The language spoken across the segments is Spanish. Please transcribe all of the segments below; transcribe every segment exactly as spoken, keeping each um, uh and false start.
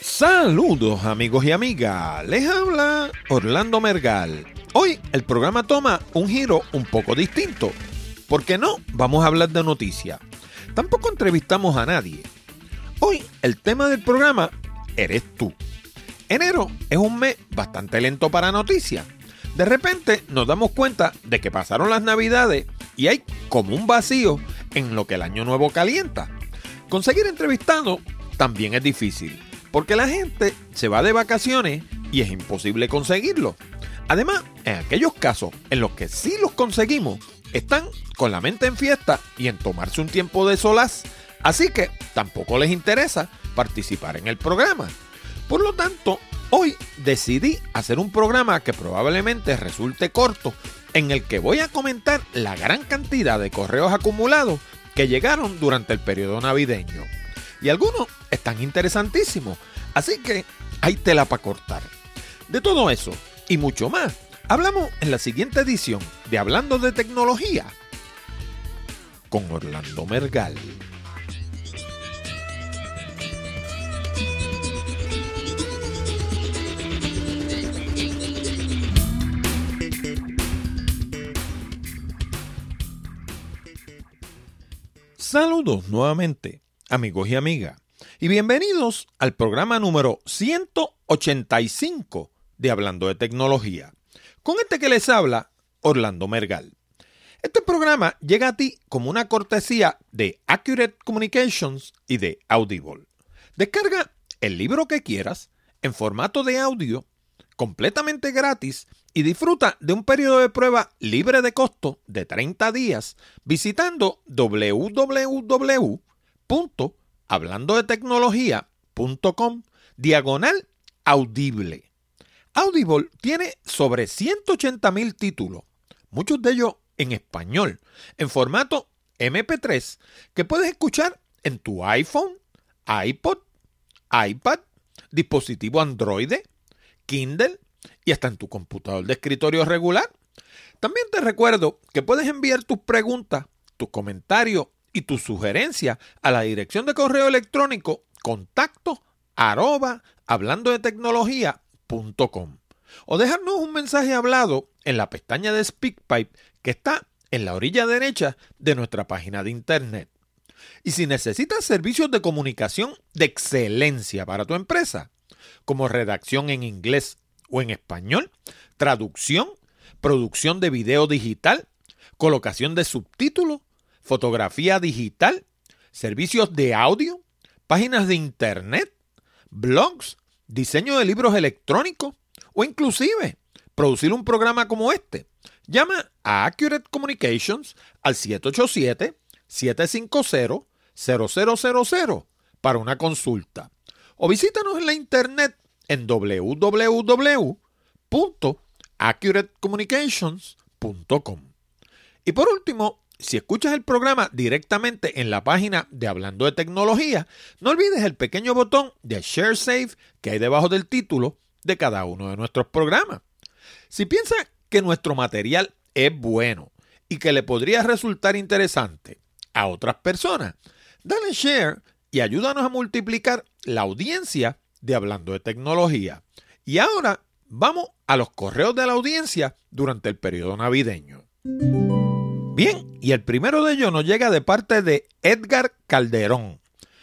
Saludos amigos y amigas, les habla Orlando Mergal. Hoy el programa toma un giro un poco distinto, porque no vamos a hablar de noticias, tampoco entrevistamos a nadie. Hoy el tema del programa eres tú. Enero es un mes bastante lento para noticias. De repente nos damos cuenta de que pasaron las navidades y hay como un vacío en lo que el año nuevo calienta. Conseguir entrevistados también es difícil, porque la gente se va de vacaciones y es imposible conseguirlo. Además, en aquellos casos en los que sí los conseguimos, están con la mente en fiesta y en tomarse un tiempo de solaz, así que tampoco les interesa participar en el programa. Por lo tanto, hoy decidí hacer un programa que probablemente resulte corto, en el que voy a comentar la gran cantidad de correos acumulados que llegaron durante el periodo navideño. Y algunos están interesantísimos, así que hay tela para cortar. De todo eso y mucho más, hablamos en la siguiente edición de Hablando de Tecnología con Orlando Mergal. Saludos nuevamente, amigos y amigas, y bienvenidos al programa número ciento ochenta y cinco de Hablando de Tecnología. Con este que les habla, Orlando Mergal. Este programa llega a ti como una cortesía de Accurate Communications y de Audible. Descarga el libro que quieras en formato de audio, completamente gratis, y disfruta de un periodo de prueba libre de costo de treinta días visitando doble u doble u doble u punto hablando de tecnología punto com diagonal audible. Audible tiene sobre ciento ochenta mil títulos, muchos de ellos en español, en formato eme pe tres, que puedes escuchar en tu iPhone, iPod, iPad, dispositivo Android, Kindle y hasta en tu computador de escritorio regular. También te recuerdo que puedes enviar tus preguntas, tus comentarios y tus sugerencias a la dirección de correo electrónico contacto arroba hablando de tecnología punto com o dejarnos un mensaje hablado en la pestaña de SpeakPipe que está en la orilla derecha de nuestra página de internet. Y si necesitas servicios de comunicación de excelencia para tu empresa, como redacción en inglés o en español, traducción, producción de video digital, colocación de subtítulos, fotografía digital, servicios de audio, páginas de internet, blogs, diseño de libros electrónicos o inclusive producir un programa como este, llama a Accurate Communications al siete ocho siete, siete cinco cero, cero cero cero cero para una consulta o visítanos en la internet en doble u doble u doble u punto accurate communications punto com. Y por último, si escuchas el programa directamente en la página de Hablando de Tecnología, no olvides el pequeño botón de Share Save que hay debajo del título de cada uno de nuestros programas. Si piensas que nuestro material es bueno y que le podría resultar interesante a otras personas, dale share y ayúdanos a multiplicar la audiencia de Hablando de Tecnología. Y ahora vamos a los correos de la audiencia durante el periodo navideño. Bien, y el primero de ellos nos llega de parte de Edgar Calderón.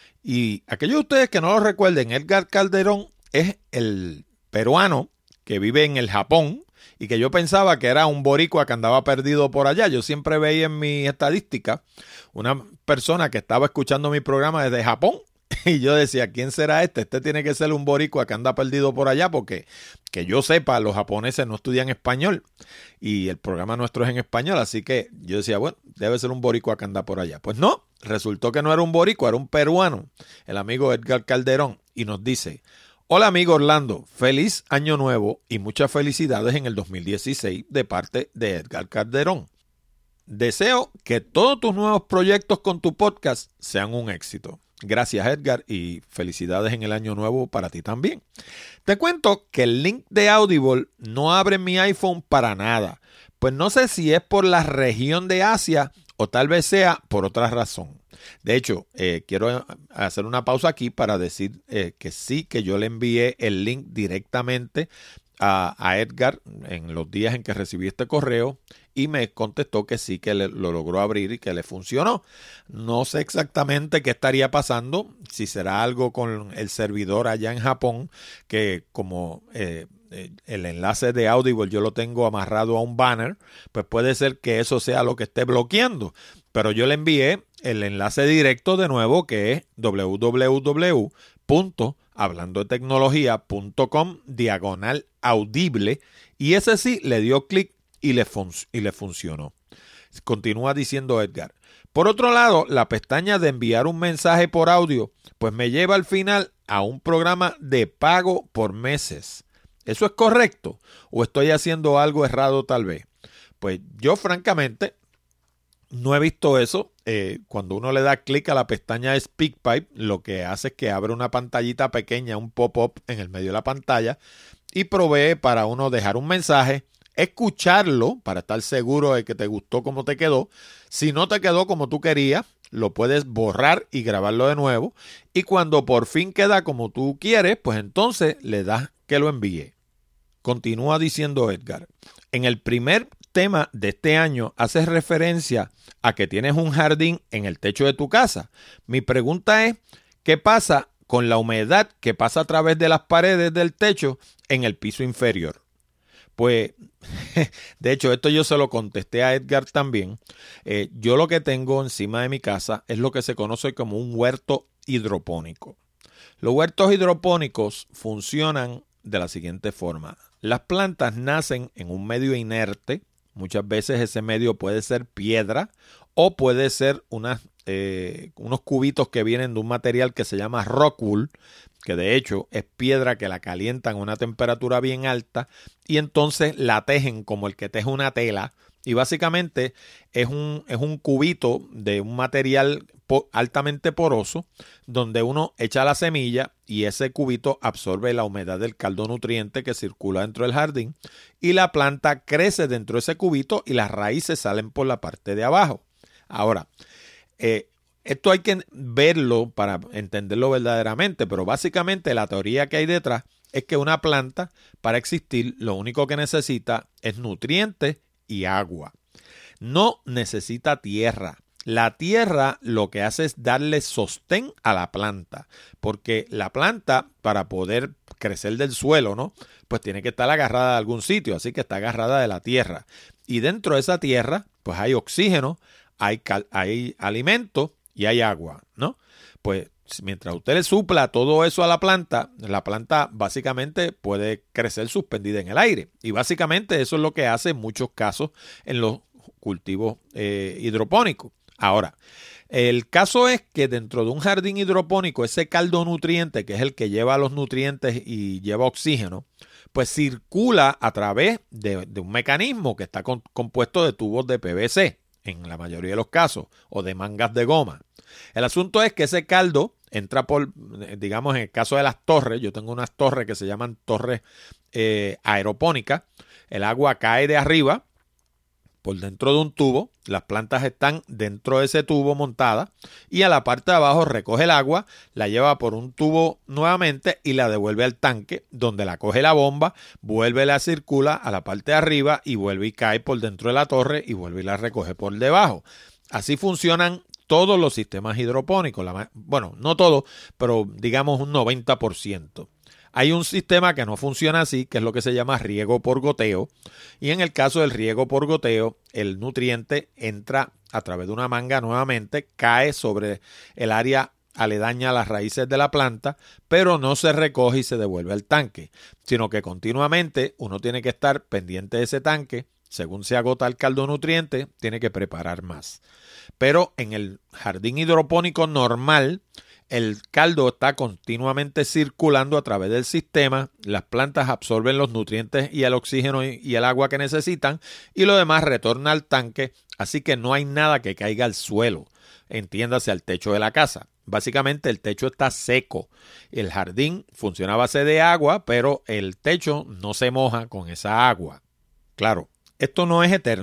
Y aquellos de ustedes que no lo recuerden, Edgar Calderón es el peruano que vive en el Japón y que yo pensaba que era un boricua que andaba perdido por allá. Yo siempre veía en mi estadística una persona que estaba escuchando mi programa desde Japón. Y yo decía, ¿quién será este? Este tiene que ser un boricua que anda perdido por allá, porque que yo sepa, los japoneses no estudian español y el programa nuestro es en español, así que yo decía, bueno, debe ser un boricua que anda por allá. Pues no, resultó que no era un boricua, era un peruano, el amigo Edgar Calderón, y nos dice: hola amigo Orlando, feliz año nuevo y muchas felicidades en el dos mil dieciséis de parte de Edgar Calderón. Deseo que todos tus nuevos proyectos con tu podcast sean un éxito. Gracias Edgar y felicidades en el año nuevo para ti también. Te cuento que el link de Audible no abre en mi iPhone para nada, pues no sé si es por la región de Asia o tal vez sea por otra razón. De hecho, eh, quiero hacer una pausa aquí para decir eh, que sí, que yo le envié el link directamente a, a Edgar en los días en que recibí este correo y me contestó que sí, que le, lo logró abrir y que le funcionó. No sé exactamente qué estaría pasando, si será algo con el servidor allá en Japón, que como eh, el enlace de Audible yo lo tengo amarrado a un banner, pues puede ser que eso sea lo que esté bloqueando. Pero yo le envié el enlace directo de nuevo, que es w w w punto hablando de tecnología punto com diagonal audible, y ese sí le dio clic y le, fun- y le funcionó. Continúa diciendo Edgar. Por otro lado, la pestaña de enviar un mensaje por audio, pues me lleva al final a un programa de pago por meses. ¿Eso es correcto? ¿O estoy haciendo algo errado tal vez? Pues yo francamente no he visto eso. Eh, cuando uno le da clic a la pestaña de SpeakPipe, lo que hace es que abre una pantallita pequeña, un pop-up en el medio de la pantalla y provee para uno dejar un mensaje, escucharlo para estar seguro de que te gustó como te quedó. Si no te quedó como tú querías, lo puedes borrar y grabarlo de nuevo. Y cuando por fin queda como tú quieres, pues entonces le das que lo envíe. Continúa diciendo Edgar. En el primer tema de este año haces referencia a que tienes un jardín en el techo de tu casa. Mi pregunta es, ¿qué pasa con la humedad que pasa a través de las paredes del techo en el piso inferior? Pues, de hecho, esto yo se lo contesté a Edgar también. Eh, yo lo que tengo encima de mi casa es lo que se conoce como un huerto hidropónico. Los huertos hidropónicos funcionan de la siguiente forma. Las plantas nacen en un medio inerte. Muchas veces ese medio puede ser piedra o puede ser unas, eh, unos cubitos que vienen de un material que se llama rockwool, que de hecho es piedra que la calientan a una temperatura bien alta y entonces la tejen como el que teje una tela. Y básicamente es un, es un cubito de un material po- altamente poroso donde uno echa la semilla y ese cubito absorbe la humedad del caldo nutriente que circula dentro del jardín y la planta crece dentro de ese cubito y las raíces salen por la parte de abajo. Ahora, eh, esto hay que verlo para entenderlo verdaderamente, pero básicamente la teoría que hay detrás es que una planta para existir lo único que necesita es nutrientes y agua. No necesita tierra. La tierra lo que hace es darle sostén a la planta, porque la planta para poder crecer del suelo, ¿no? Pues tiene que estar agarrada de algún sitio, así que está agarrada de la tierra. Y dentro de esa tierra, pues hay oxígeno, hay, cal- hay alimento y hay agua, ¿no? Pues mientras usted le supla todo eso a la planta, la planta básicamente puede crecer suspendida en el aire. Y básicamente eso es lo que hace en muchos casos en los cultivos eh, hidropónicos. Ahora, el caso es que dentro de un jardín hidropónico, ese caldo nutriente, que es el que lleva los nutrientes y lleva oxígeno, pues circula a través de, de un mecanismo que está con, compuesto de tubos de P V C, en la mayoría de los casos, o de mangas de goma. El asunto es que ese caldo entra por, digamos, en el caso de las torres, yo tengo unas torres que se llaman torres eh, aeropónicas, el agua cae de arriba por dentro de un tubo, las plantas están dentro de ese tubo montadas y a la parte de abajo recoge el agua, la lleva por un tubo nuevamente y la devuelve al tanque donde la coge la bomba, vuelve y la circula a la parte de arriba y vuelve y cae por dentro de la torre y vuelve y la recoge por debajo. Así funcionan todos los sistemas hidropónicos, la, bueno, no todos, pero digamos un noventa por ciento. Hay un sistema que no funciona así, que es lo que se llama riego por goteo. Y en el caso del riego por goteo, el nutriente entra a través de una manga nuevamente, cae sobre el área aledaña a las raíces de la planta, pero no se recoge y se devuelve al tanque, sino que continuamente uno tiene que estar pendiente de ese tanque. Según se agota el caldo nutriente, tiene que preparar más. Pero en el jardín hidropónico normal, el caldo está continuamente circulando a través del sistema, las plantas absorben los nutrientes y el oxígeno y el agua que necesitan y lo demás retorna al tanque, así que no hay nada que caiga al suelo, entiéndase al techo de la casa. Básicamente el techo está seco, el jardín funciona a base de agua, pero el techo no se moja con esa agua. Claro, esto no es eterno.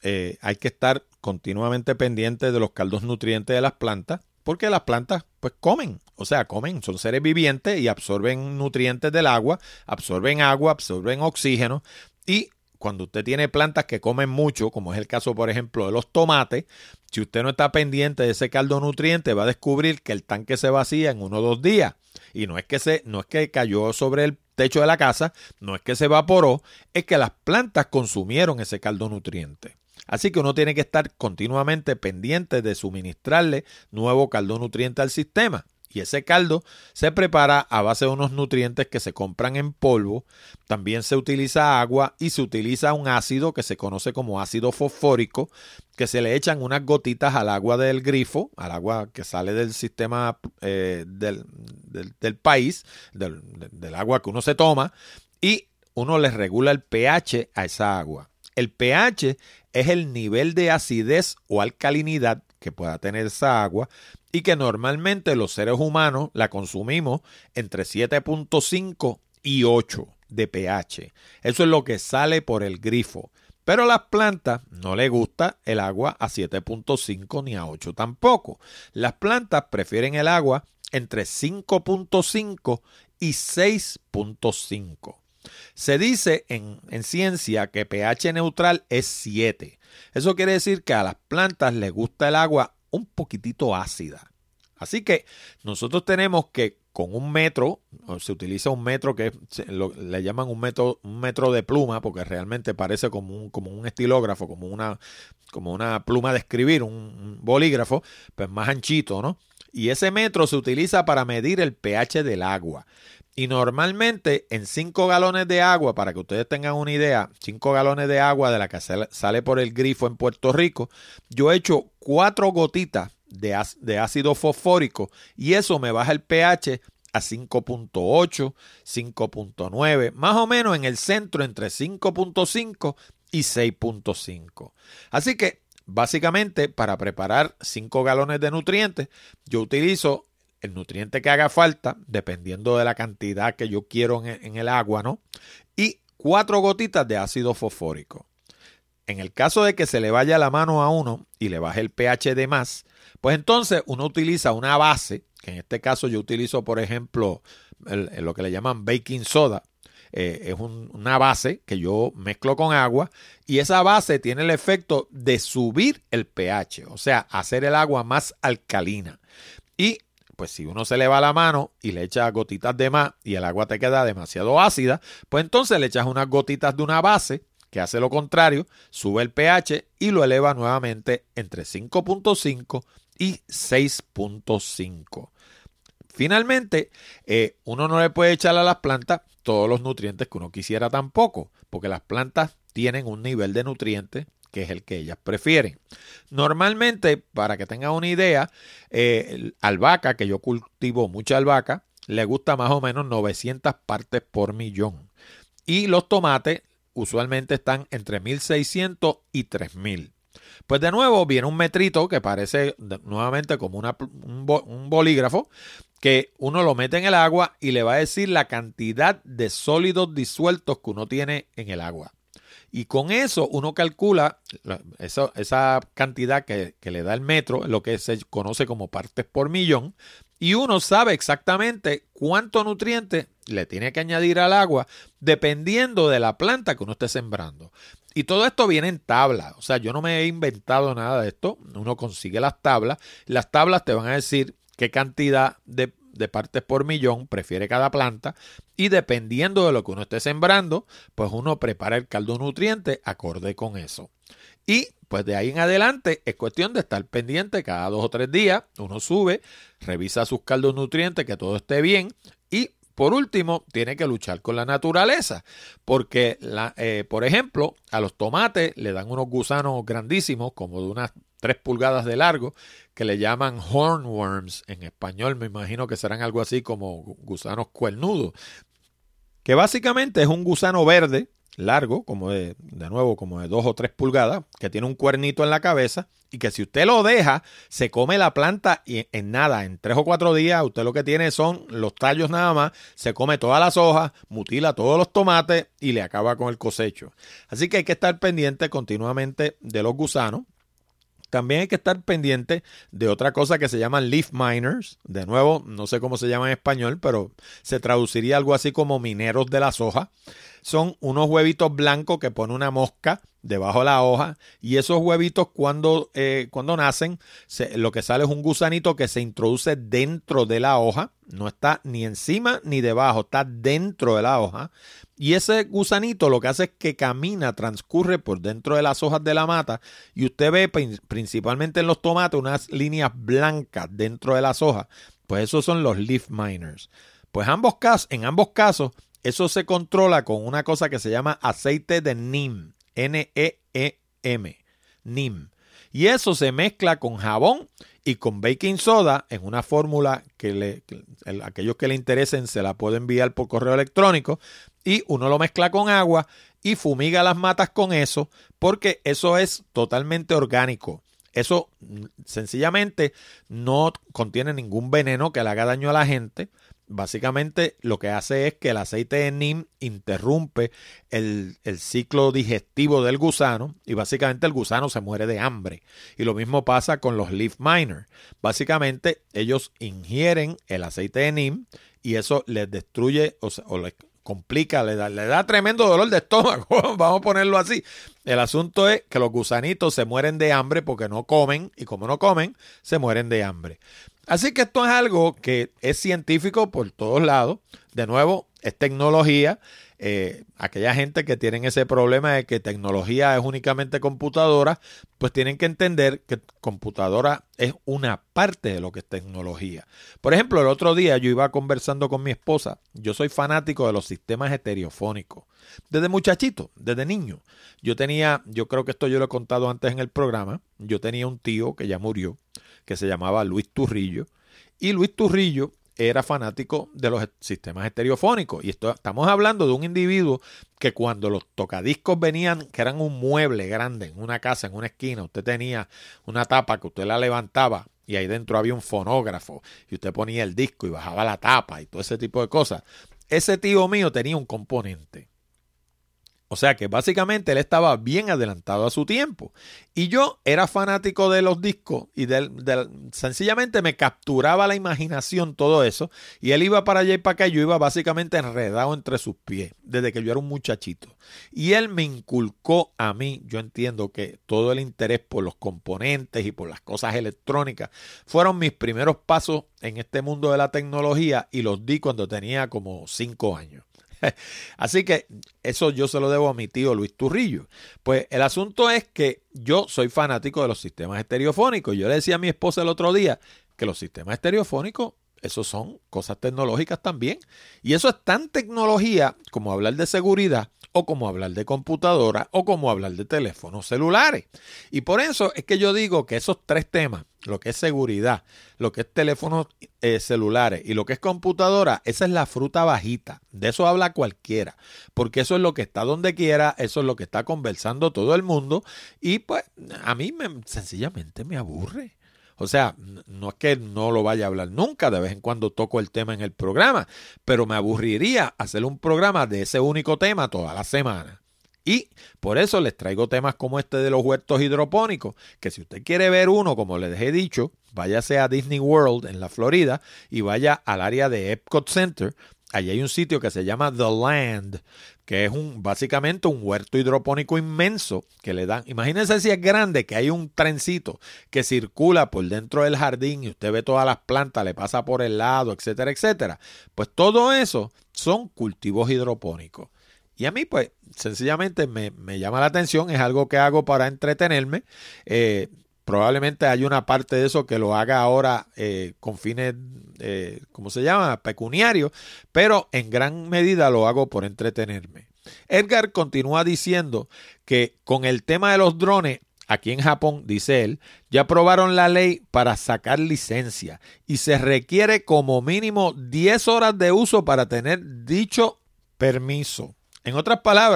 eh, hay que estar continuamente pendiente de los caldos nutrientes de las plantas, porque las plantas pues comen, o sea, comen, son seres vivientes y absorben nutrientes del agua, absorben agua, absorben oxígeno, y cuando usted tiene plantas que comen mucho, como es el caso, por ejemplo, de los tomates, si usted no está pendiente de ese caldo nutriente, va a descubrir que el tanque se vacía en uno o dos días. Y no es que se, no es que cayó sobre el techo de la casa, no es que se evaporó, es que las plantas consumieron ese caldo nutriente. Así que uno tiene que estar continuamente pendiente de suministrarle nuevo caldo nutriente al sistema. Y ese caldo se prepara a base de unos nutrientes que se compran en polvo. También se utiliza agua y se utiliza un ácido que se conoce como ácido fosfórico, que se le echan unas gotitas al agua del grifo, al agua que sale del sistema eh, del, del, del país, del, del agua que uno se toma, y uno le regula el pH a esa agua. El pH es el nivel de acidez o alcalinidad que pueda tener esa agua y que normalmente los seres humanos la consumimos entre siete punto cinco y ocho de pH. Eso es lo que sale por el grifo. Pero a las plantas no les gusta el agua a siete punto cinco ni a ocho tampoco. Las plantas prefieren el agua entre cinco punto cinco y seis punto cinco. Se dice en, en ciencia que pH neutral es siete. Eso quiere decir que a las plantas les gusta el agua un poquitito ácida. Así que nosotros tenemos que con un metro, se utiliza un metro que lo, le llaman un metro, un metro de pluma, porque realmente parece como un, como un estilógrafo, como una, como una pluma de escribir, un, un bolígrafo, pues más anchito, ¿no? Y ese metro se utiliza para medir el pH del agua. Y normalmente en cinco galones de agua, para que ustedes tengan una idea, cinco galones de agua de la que sale por el grifo en Puerto Rico, yo echo cuatro gotitas de, de ácido fosfórico y eso me baja el pH a cinco punto ocho, cinco punto nueve, más o menos en el centro entre cinco punto cinco y seis punto cinco. Así que básicamente para preparar cinco galones de nutrientes, yo utilizo el nutriente que haga falta, dependiendo de la cantidad que yo quiero en, en el agua, ¿no? Y cuatro gotitas de ácido fosfórico. En el caso de que se le vaya la mano a uno y le baje el pH de más, pues entonces uno utiliza una base, que en este caso yo utilizo, por ejemplo, el, el, lo que le llaman baking soda. Eh, es un, una base que yo mezclo con agua y esa base tiene el efecto de subir el pH, o sea, hacer el agua más alcalina. Y pues si uno se le va la mano y le echa gotitas de más y el agua te queda demasiado ácida, pues entonces le echas unas gotitas de una base que hace lo contrario, sube el pH y lo eleva nuevamente entre cinco punto cinco y seis punto cinco. Finalmente, eh, uno no le puede echar a las plantas todos los nutrientes que uno quisiera tampoco, porque las plantas tienen un nivel de nutrientes que es el que ellas prefieren. Normalmente, para que tengan una idea, eh, albahaca, que yo cultivo mucha albahaca, le gusta más o menos novecientas partes por millón. Y los tomates usualmente están entre mil seiscientos y tres mil. Pues de nuevo viene un metrito que parece nuevamente como una, un, bo, un bolígrafo, que uno lo mete en el agua y le va a decir la cantidad de sólidos disueltos que uno tiene en el agua. Y con eso uno calcula esa, esa cantidad que, que le da el metro, lo que se conoce como partes por millón, y uno sabe exactamente cuánto nutriente le tiene que añadir al agua dependiendo de la planta que uno esté sembrando. Y todo esto viene en tabla, o sea, yo no me he inventado nada de esto, uno consigue las tablas, las tablas te van a decir qué cantidad de de partes por millón prefiere cada planta y dependiendo de lo que uno esté sembrando, pues uno prepara el caldo nutriente acorde con eso. Y pues de ahí en adelante es cuestión de estar pendiente cada dos o tres días, uno sube, revisa sus caldos nutrientes, que todo esté bien y por último tiene que luchar con la naturaleza porque, la, eh, por ejemplo, a los tomates le dan unos gusanos grandísimos como de unas tres pulgadas de largo, que le llaman hornworms en español, me imagino que serán algo así como gusanos cuernudos, que básicamente es un gusano verde largo, como de, de nuevo, como de dos o tres pulgadas, que tiene un cuernito en la cabeza y que si usted lo deja, se come la planta y en, en nada, en tres o cuatro días, usted lo que tiene son los tallos nada más, se come todas las hojas, mutila todos los tomates y le acaba con el cosecho. Así que hay que estar pendiente continuamente de los gusanos. También hay que estar pendiente de otra cosa que se llaman leaf miners. De nuevo, no sé cómo se llama en español, pero se traduciría algo así como mineros de las hojas. Son unos huevitos blancos que pone una mosca debajo de la hoja y esos huevitos cuando, eh, cuando nacen, se, lo que sale es un gusanito que se introduce dentro de la hoja. No está ni encima ni debajo, está dentro de la hoja. Y ese gusanito lo que hace es que camina, transcurre por dentro de las hojas de la mata y usted ve principalmente en los tomates unas líneas blancas dentro de las hojas. Pues esos son los leaf miners. Pues ambos casos, en ambos casos eso se controla con una cosa que se llama aceite de neem, N E E M, neem. Y eso se mezcla con jabón y con baking soda en una fórmula que, le, que el, aquellos que le interesen se la pueden enviar por correo electrónico y uno lo mezcla con agua y fumiga las matas con eso porque eso es totalmente orgánico. Eso sencillamente no contiene ningún veneno que le haga daño a la gente. Básicamente lo que hace es que el aceite de neem interrumpe el, el ciclo digestivo del gusano y básicamente el gusano se muere de hambre. Y lo mismo pasa con los leaf miners. Básicamente ellos ingieren el aceite de neem y eso les destruye o, o les complica, le da, le da tremendo dolor de estómago, vamos a ponerlo así. El asunto es que los gusanitos se mueren de hambre porque no comen y como no comen, se mueren de hambre. Así que esto es algo que es científico por todos lados. De nuevo, es tecnología. Eh, aquella gente que tienen ese problema de que tecnología es únicamente computadora, pues tienen que entender que computadora es una parte de lo que es tecnología. Por ejemplo, el otro día yo iba conversando con mi esposa. Yo soy fanático de los sistemas estereofónicos. Desde muchachito, desde niño. Yo tenía, yo creo que esto yo lo he contado antes en el programa, yo tenía un tío que ya murió, que se llamaba Luis Turrillo. Y Luis Turrillo era fanático de los sistemas estereofónicos. Y esto, estamos hablando de un individuo que cuando los tocadiscos venían, que eran un mueble grande en una casa, en una esquina, usted tenía una tapa que usted la levantaba y ahí dentro había un fonógrafo y usted ponía el disco y bajaba la tapa y todo ese tipo de cosas. Ese tío mío tenía un componente. O sea que básicamente él estaba bien adelantado a su tiempo. Y yo era fanático de los discos y del, del, sencillamente me capturaba la imaginación todo eso. Y él iba para allá y para acá y yo iba básicamente enredado entre sus pies desde que yo era un muchachito. Y él me inculcó a mí, yo entiendo que todo el interés por los componentes y por las cosas electrónicas fueron mis primeros pasos en este mundo de la tecnología y los di cuando tenía como cinco años. Así que eso yo se lo debo a mi tío Luis Turrillo. Pues el asunto es que yo soy fanático de los sistemas estereofónicos. Yo le decía a mi esposa el otro día que los sistemas estereofónicos, esos son cosas tecnológicas también. Y eso es tan tecnología como hablar de seguridad o como hablar de computadora o como hablar de teléfonos celulares. Y por eso es que yo digo que esos tres temas, lo que es seguridad, lo que es teléfonos eh, celulares y lo que es computadora, esa es la fruta bajita. De eso habla cualquiera, porque eso es lo que está donde quiera, eso es lo que está conversando todo el mundo y pues a mí me, sencillamente me aburre. O sea, no es que no lo vaya a hablar nunca, de vez en cuando toco el tema en el programa, pero me aburriría hacer un programa de ese único tema toda la semana. Y por eso les traigo temas como este de los huertos hidropónicos, que si usted quiere ver uno, como les he dicho, váyase a Disney World en la Florida y vaya al área de Epcot Center. Allí hay un sitio que se llama The Land, que es un básicamente un huerto hidropónico inmenso que le dan. Imagínense si es grande, que hay un trencito que circula por dentro del jardín y usted ve todas las plantas, le pasa por el lado, etcétera, etcétera. Pues todo eso son cultivos hidropónicos. Y a mí, pues, sencillamente me, me llama la atención, es algo que hago para entretenerme. Eh, probablemente hay una parte de eso que lo haga ahora eh, con fines, eh, ¿cómo se llama? Pecuniarios, pero en gran medida lo hago por entretenerme. Edgar continúa diciendo que con el tema de los drones, aquí en Japón, dice él, ya aprobaron la ley para sacar licencia y se requiere como mínimo diez horas de uso para tener dicho permiso. En otras palabras,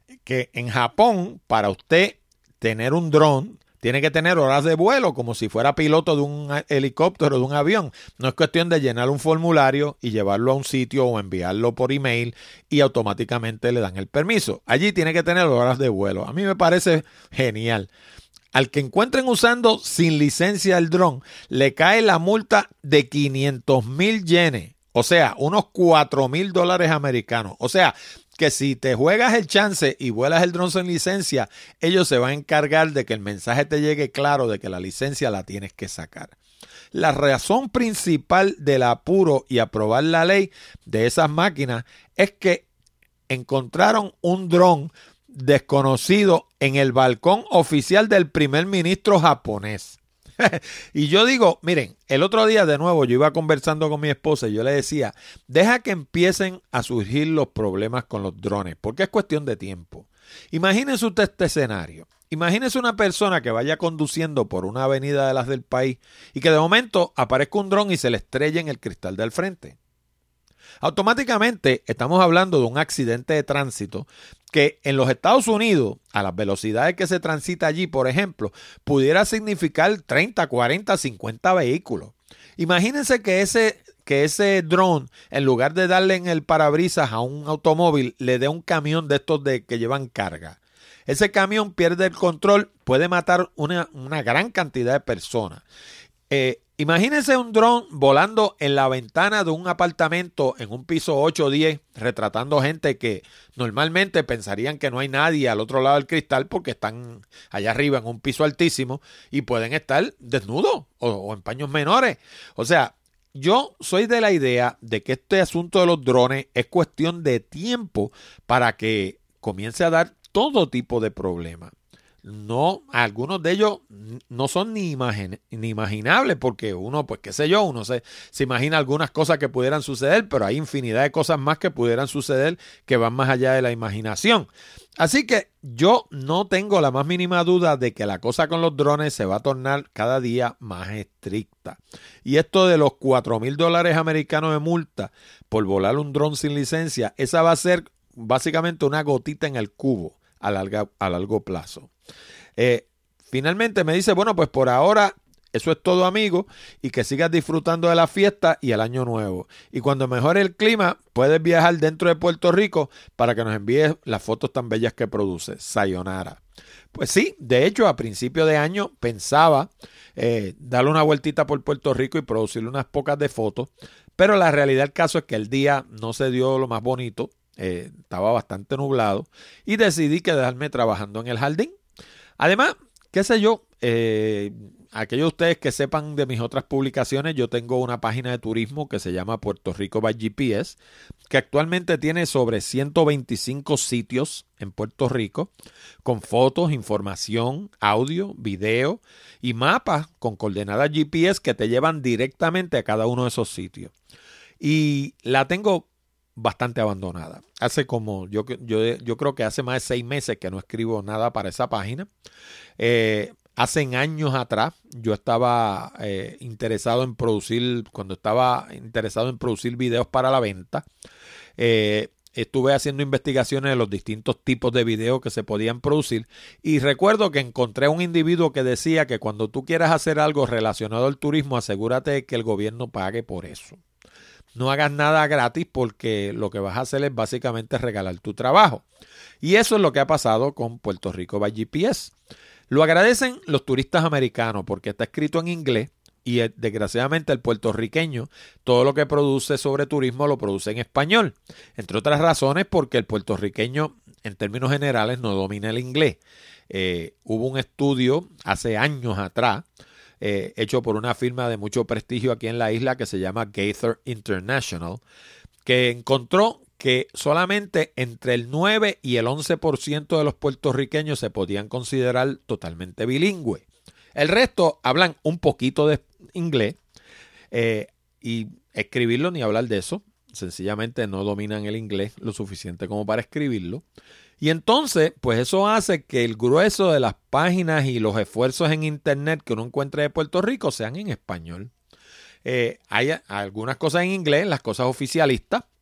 que en Japón, para usted tener un dron, tiene que tener horas de vuelo como si fuera piloto de un helicóptero o de un avión. No es cuestión de llenar un formulario y llevarlo a un sitio o enviarlo por email y automáticamente le dan el permiso. Allí tiene que tener horas de vuelo. A mí me parece genial. Al que encuentren usando sin licencia el dron, le cae la multa de quinientos mil yenes. O sea, unos cuatro mil dólares americanos. O sea, que si te juegas el chance y vuelas el dron sin licencia, ellos se van a encargar de que el mensaje te llegue claro de que la licencia la tienes que sacar. La razón principal del apuro y aprobar la ley de esas máquinas es que encontraron un dron desconocido en el balcón oficial del primer ministro japonés. Y yo digo, miren, el otro día de nuevo yo iba conversando con mi esposa y yo le decía, deja que empiecen a surgir los problemas con los drones, porque es cuestión de tiempo. Imagínense usted este escenario. Imagínense una persona que vaya conduciendo por una avenida de las del país y que de momento aparezca un dron y se le estrelle en el cristal del frente. Automáticamente estamos hablando de un accidente de tránsito que en los Estados Unidos, a las velocidades que se transita allí, por ejemplo, pudiera significar treinta, cuarenta, cincuenta vehículos. Imagínense que ese, que ese dron, en lugar de darle en el parabrisas a un automóvil, le dé un camión de estos de, que llevan carga. Ese camión pierde el control, puede matar una, una gran cantidad de personas. Eh, Imagínense un dron volando en la ventana de un apartamento en un piso ocho o diez, retratando gente que normalmente pensarían que no hay nadie al otro lado del cristal porque están allá arriba en un piso altísimo y pueden estar desnudos o, o en paños menores. O sea, yo soy de la idea de que este asunto de los drones es cuestión de tiempo para que comience a dar todo tipo de problemas. No, algunos de ellos no son ni, imagine, ni imaginables porque uno, pues qué sé yo, uno se, se imagina algunas cosas que pudieran suceder, pero hay infinidad de cosas más que pudieran suceder que van más allá de la imaginación. Así que yo no tengo la más mínima duda de que la cosa con los drones se va a tornar cada día más estricta. Y esto de los cuatro mil dólares americanos de multa por volar un dron sin licencia, esa va a ser básicamente una gotita en el cubo a, larga, a largo plazo. Eh, finalmente me dice, bueno, pues por ahora eso es todo, amigo, y que sigas disfrutando de la fiesta y el año nuevo. Y cuando mejore el clima, puedes viajar dentro de Puerto Rico para que nos envíes las fotos tan bellas que produces. Sayonara. Pues sí, de hecho, a principio de año pensaba eh, darle una vueltita por Puerto Rico y producirle unas pocas de fotos, pero la realidad del caso es que el día no se dio lo más bonito, eh, estaba bastante nublado y decidí quedarme trabajando en el jardín. Además, qué sé yo, eh, aquellos de ustedes que sepan de mis otras publicaciones, yo tengo una página de turismo que se llama Puerto Rico by G P S, que actualmente tiene sobre ciento veinticinco sitios en Puerto Rico, con fotos, información, audio, video y mapas con coordenadas G P S que te llevan directamente a cada uno de esos sitios. Y la tengo bastante abandonada. Hace como, yo, yo, yo creo que hace más de seis meses que no escribo nada para esa página. Eh, hace años atrás yo estaba eh, interesado en producir, cuando estaba interesado en producir videos para la venta, eh, estuve haciendo investigaciones de los distintos tipos de videos que se podían producir y recuerdo que encontré a un individuo que decía que cuando tú quieras hacer algo relacionado al turismo, asegúrate de que el gobierno pague por eso. No hagas nada gratis porque lo que vas a hacer es básicamente regalar tu trabajo. Y eso es lo que ha pasado con Puerto Rico by G P S. Lo agradecen los turistas americanos porque está escrito en inglés y desgraciadamente el puertorriqueño todo lo que produce sobre turismo lo produce en español. Entre otras razones porque el puertorriqueño en términos generales no domina el inglés. Eh, hubo un estudio hace años atrás Eh, hecho por una firma de mucho prestigio aquí en la isla que se llama Gaither International, que encontró que solamente entre el nueve y el once por ciento de los puertorriqueños se podían considerar totalmente bilingües. El resto hablan un poquito de inglés eh, y escribirlo ni hablar de eso. Sencillamente no dominan el inglés lo suficiente como para escribirlo. Y entonces, pues eso hace que el grueso de las páginas y los esfuerzos en internet que uno encuentre de Puerto Rico sean en español. Eh, hay algunas cosas en inglés, las cosas oficialistas,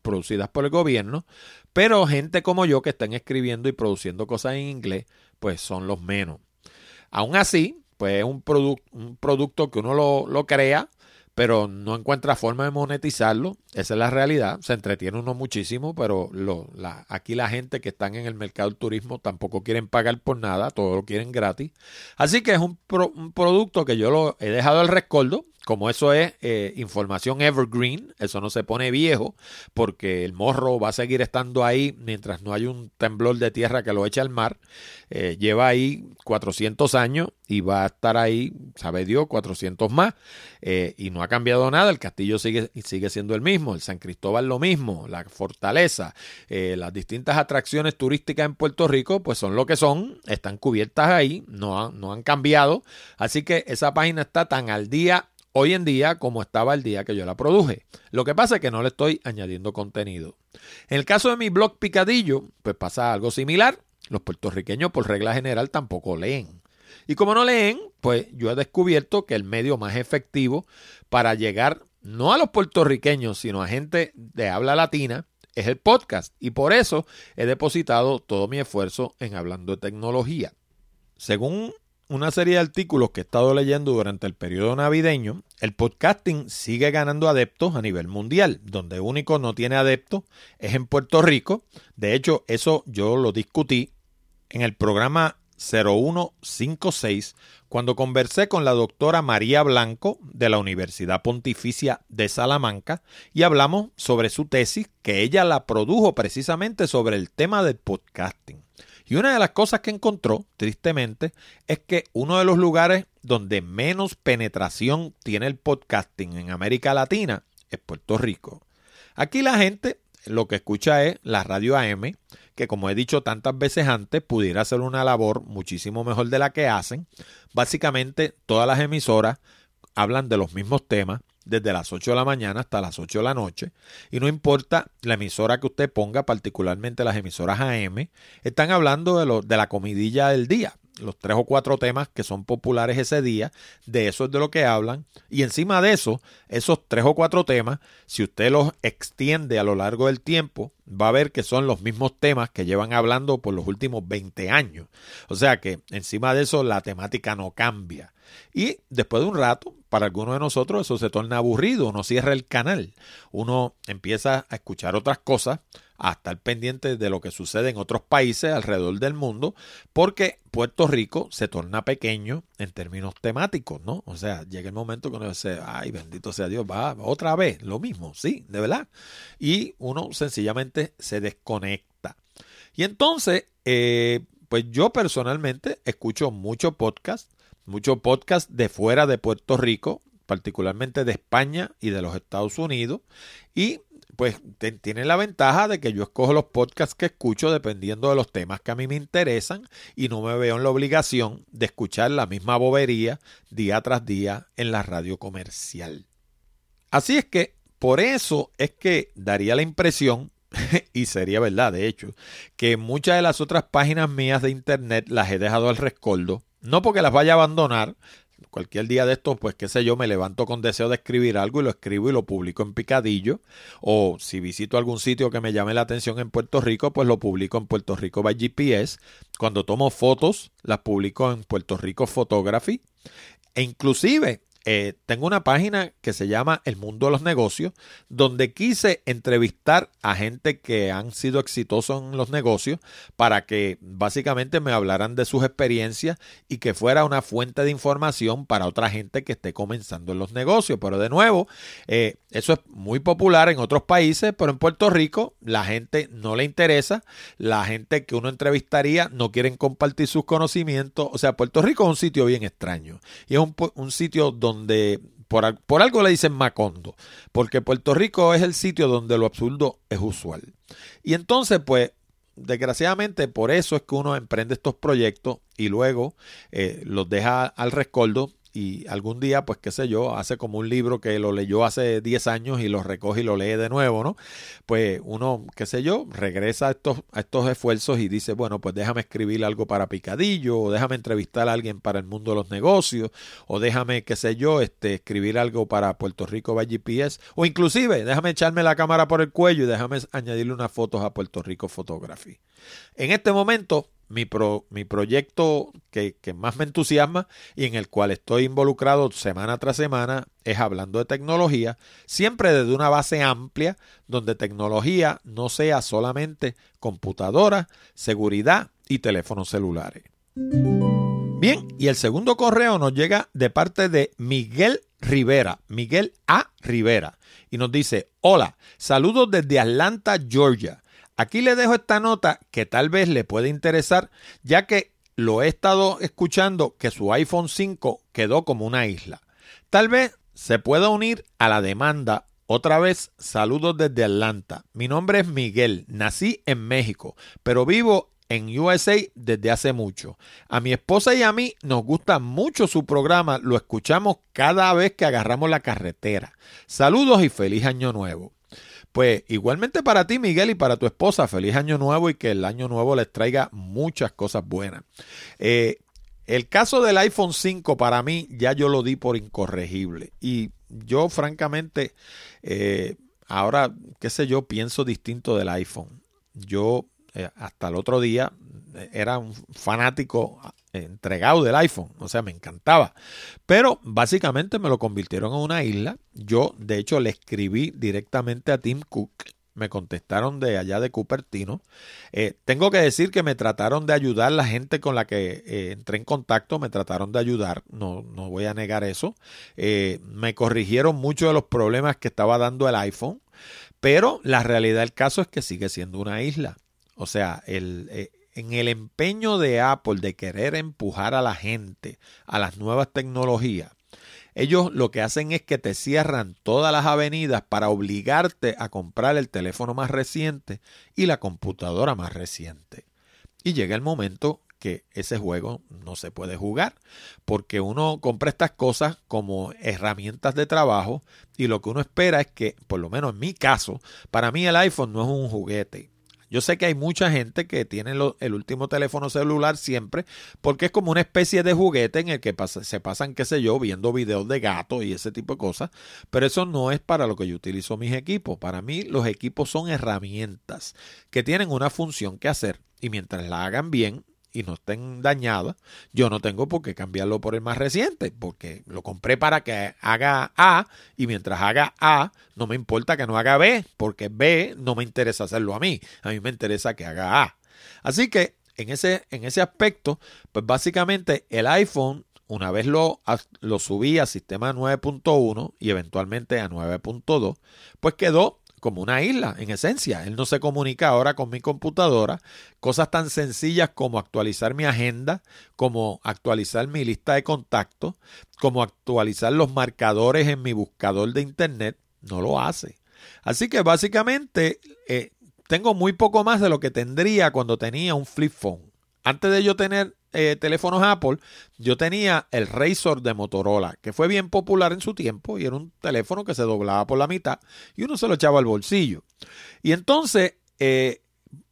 producidas por el gobierno, pero gente como yo que están escribiendo y produciendo cosas en inglés, pues son los menos. Aún así, pues es un, produ- un producto que uno lo, lo crea, pero no encuentra forma de monetizarlo. Esa es la realidad. Se entretiene uno muchísimo, pero lo, la, aquí la gente que están en el mercado del turismo tampoco quieren pagar por nada, todo lo quieren gratis. Así que es un, pro, un producto que yo lo he dejado al rescoldo. Como eso es eh, información evergreen, eso no se pone viejo, porque el morro va a seguir estando ahí mientras no haya un temblor de tierra que lo eche al mar. Eh, lleva ahí cuatrocientos años y va a estar ahí, sabe Dios, cuatrocientos más. Eh, y no ha cambiado nada, el castillo sigue, sigue siendo el mismo, el San Cristóbal lo mismo, la fortaleza, eh, las distintas atracciones turísticas en Puerto Rico, pues son lo que son, están cubiertas ahí, no han, no han cambiado. Así que esa página está tan al día hoy en día como estaba el día que yo la produje. Lo que pasa es que no le estoy añadiendo contenido. En el caso de mi blog Picadillo, pues pasa algo similar. Los puertorriqueños por regla general tampoco leen. Y como no leen, pues yo he descubierto que el medio más efectivo para llegar no a los puertorriqueños, sino a gente de habla latina, es el podcast. Y por eso he depositado todo mi esfuerzo en Hablando de Tecnología. Según una serie de artículos que he estado leyendo durante el periodo navideño, el podcasting sigue ganando adeptos a nivel mundial. Donde único no tiene adeptos es en Puerto Rico. De hecho, eso yo lo discutí en el programa cero uno cincuenta y seis cuando conversé con la doctora María Blanco de la Universidad Pontificia de Salamanca y hablamos sobre su tesis que ella la produjo precisamente sobre el tema del podcasting. Y una de las cosas que encontró, tristemente, es que uno de los lugares donde menos penetración tiene el podcasting en América Latina es Puerto Rico. Aquí la gente lo que escucha es la radio A M, que como he dicho tantas veces antes, pudiera hacer una labor muchísimo mejor de la que hacen. Básicamente, todas las emisoras hablan de los mismos temas, desde las ocho de la mañana hasta las ocho de la noche, y no importa la emisora que usted ponga, particularmente las emisoras A M, están hablando de, lo, de la comidilla del día, los tres o cuatro temas que son populares ese día, de eso es de lo que hablan, y encima de eso, esos tres o cuatro temas, si usted los extiende a lo largo del tiempo, va a ver que son los mismos temas que llevan hablando por los últimos veinte años, o sea que encima de eso la temática no cambia. Y después de un rato, para algunos de nosotros eso se torna aburrido, uno cierra el canal, uno empieza a escuchar otras cosas, a estar pendiente de lo que sucede en otros países alrededor del mundo, porque Puerto Rico se torna pequeño en términos temáticos, ¿no? O sea, llega el momento que uno dice, ay, bendito sea Dios, va otra vez, lo mismo, sí, de verdad. Y uno sencillamente se desconecta. Y entonces, eh, pues yo personalmente escucho mucho podcast, mucho podcast de fuera de Puerto Rico, particularmente de España y de los Estados Unidos, y pues te, tiene la ventaja de que yo escojo los podcasts que escucho dependiendo de los temas que a mí me interesan y no me veo en la obligación de escuchar la misma bobería día tras día en la radio comercial. Así es que por eso es que daría la impresión, y sería verdad de hecho, que muchas de las otras páginas mías de internet las he dejado al rescoldo, no porque las vaya a abandonar. Cualquier día de estos, pues qué sé yo, me levanto con deseo de escribir algo y lo escribo y lo publico en Picadillo. O si visito algún sitio que me llame la atención en Puerto Rico, pues lo publico en Puerto Rico by G P S. Cuando tomo fotos, las publico en Puerto Rico Photography. E inclusive eh, tengo una página que se llama El Mundo de los Negocios, donde quise entrevistar a gente que han sido exitosos en los negocios para que básicamente me hablaran de sus experiencias y que fuera una fuente de información para otra gente que esté comenzando en los negocios. Pero de nuevo, eh, eso es muy popular en otros países, pero en Puerto Rico la gente no le interesa, la gente que uno entrevistaría no quieren compartir sus conocimientos. O sea, Puerto Rico es un sitio bien extraño y es un, un sitio donde donde por, por algo le dicen Macondo, porque Puerto Rico es el sitio donde lo absurdo es usual. Y entonces, pues, desgraciadamente por eso es que uno emprende estos proyectos y luego eh, los deja al rescoldo y algún día, pues qué sé yo, hace como un libro que lo leyó hace diez años y lo recoge y lo lee de nuevo, ¿no? Pues uno, qué sé yo, regresa a estos, a estos esfuerzos y dice, bueno, pues déjame escribir algo para Picadillo, o déjame entrevistar a alguien para el mundo de los negocios, o déjame, qué sé yo, este, escribir algo para Puerto Rico by G P S, o inclusive déjame echarme la cámara por el cuello y déjame añadirle unas fotos a Puerto Rico Photography. En este momento, Mi, pro, mi proyecto que, que más me entusiasma y en el cual estoy involucrado semana tras semana es Hablando de Tecnología, siempre desde una base amplia donde tecnología no sea solamente computadora, seguridad y teléfonos celulares. Bien, y el segundo correo nos llega de parte de Miguel Rivera, Miguel A. Rivera, y nos dice, hola, saludos desde Atlanta, Georgia. Aquí le dejo esta nota que tal vez le puede interesar, ya que lo he estado escuchando que su iPhone cinco quedó como una isla. Tal vez se pueda unir a la demanda. Otra vez, saludos desde Atlanta. Mi nombre es Miguel, nací en México, pero vivo en U S A desde hace mucho. A mi esposa y a mí nos gusta mucho su programa, lo escuchamos cada vez que agarramos la carretera. Saludos y feliz año nuevo. Pues igualmente para ti, Miguel, y para tu esposa, feliz año nuevo y que el año nuevo les traiga muchas cosas buenas. Eh, el caso del iPhone cinco para mí ya yo lo di por incorregible y yo francamente eh, ahora, qué sé yo, pienso distinto del iPhone. Yo eh, hasta el otro día era un fanático entregado del iPhone, o sea, me encantaba, pero básicamente me lo convirtieron en una isla. Yo, de hecho, le escribí directamente a Tim Cook, me contestaron de allá de Cupertino. Eh, tengo que decir que me trataron de ayudar, la gente con la que eh, entré en contacto me trataron de ayudar, no, no voy a negar eso. Eh, me corrigieron muchos de los problemas que estaba dando el iPhone, pero la realidad del caso es que sigue siendo una isla. O sea, el... Eh, en el empeño de Apple de querer empujar a la gente a las nuevas tecnologías, ellos lo que hacen es que te cierran todas las avenidas para obligarte a comprar el teléfono más reciente y la computadora más reciente. Y llega el momento que ese juego no se puede jugar, porque uno compra estas cosas como herramientas de trabajo y lo que uno espera es que, por lo menos en mi caso, para mí el iPhone no es un juguete. Yo sé que hay mucha gente que tiene lo, el último teléfono celular siempre porque es como una especie de juguete en el que pasa, se pasan, qué sé yo, viendo videos de gatos y ese tipo de cosas, pero eso no es para lo que yo utilizo mis equipos. Para mí los equipos son herramientas que tienen una función que hacer y mientras la hagan bien y no estén dañadas, yo no tengo por qué cambiarlo por el más reciente, porque lo compré para que haga A y mientras haga A, no me importa que no haga B, porque B no me interesa hacerlo a mí, a mí me interesa que haga A. Así que en ese, en ese aspecto, pues básicamente el iPhone, una vez lo, lo subí a sistema nueve punto uno y eventualmente a nueve punto dos, pues quedó como una isla, en esencia. Él no se comunica ahora con mi computadora. Cosas tan sencillas como actualizar mi agenda, como actualizar mi lista de contactos, como actualizar los marcadores en mi buscador de internet, no lo hace. Así que básicamente eh, tengo muy poco más de lo que tendría cuando tenía un flip phone. Antes de yo tener eh, teléfonos Apple, yo tenía el Razr de Motorola, que fue bien popular en su tiempo y era un teléfono que se doblaba por la mitad y uno se lo echaba al bolsillo. Y entonces, eh,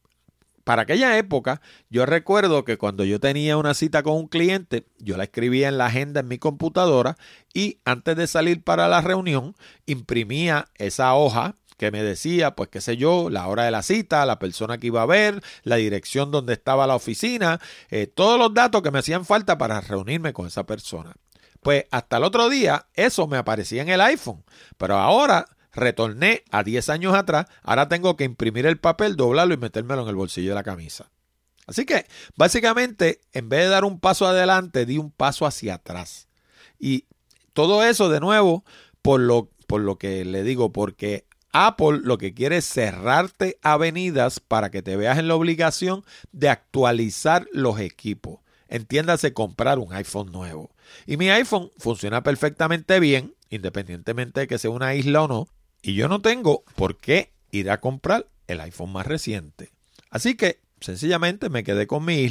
para aquella época, yo recuerdo que cuando yo tenía una cita con un cliente, yo la escribía en la agenda en mi computadora y antes de salir para la reunión, imprimía esa hoja que me decía, pues qué sé yo, la hora de la cita, la persona que iba a ver, la dirección donde estaba la oficina, eh, todos los datos que me hacían falta para reunirme con esa persona. Pues hasta el otro día eso me aparecía en el iPhone, pero ahora retorné a diez años atrás, ahora tengo que imprimir el papel, doblarlo y metérmelo en el bolsillo de la camisa. Así que básicamente en vez de dar un paso adelante, di un paso hacia atrás. Y todo eso de nuevo por lo, por lo que le digo, porque Apple lo que quiere es cerrarte avenidas para que te veas en la obligación de actualizar los equipos. Entiéndase, comprar un iPhone nuevo. Y mi iPhone funciona perfectamente bien, independientemente de que sea una isla o no. Y yo no tengo por qué ir a comprar el iPhone más reciente. Así que sencillamente me quedé con mi isla.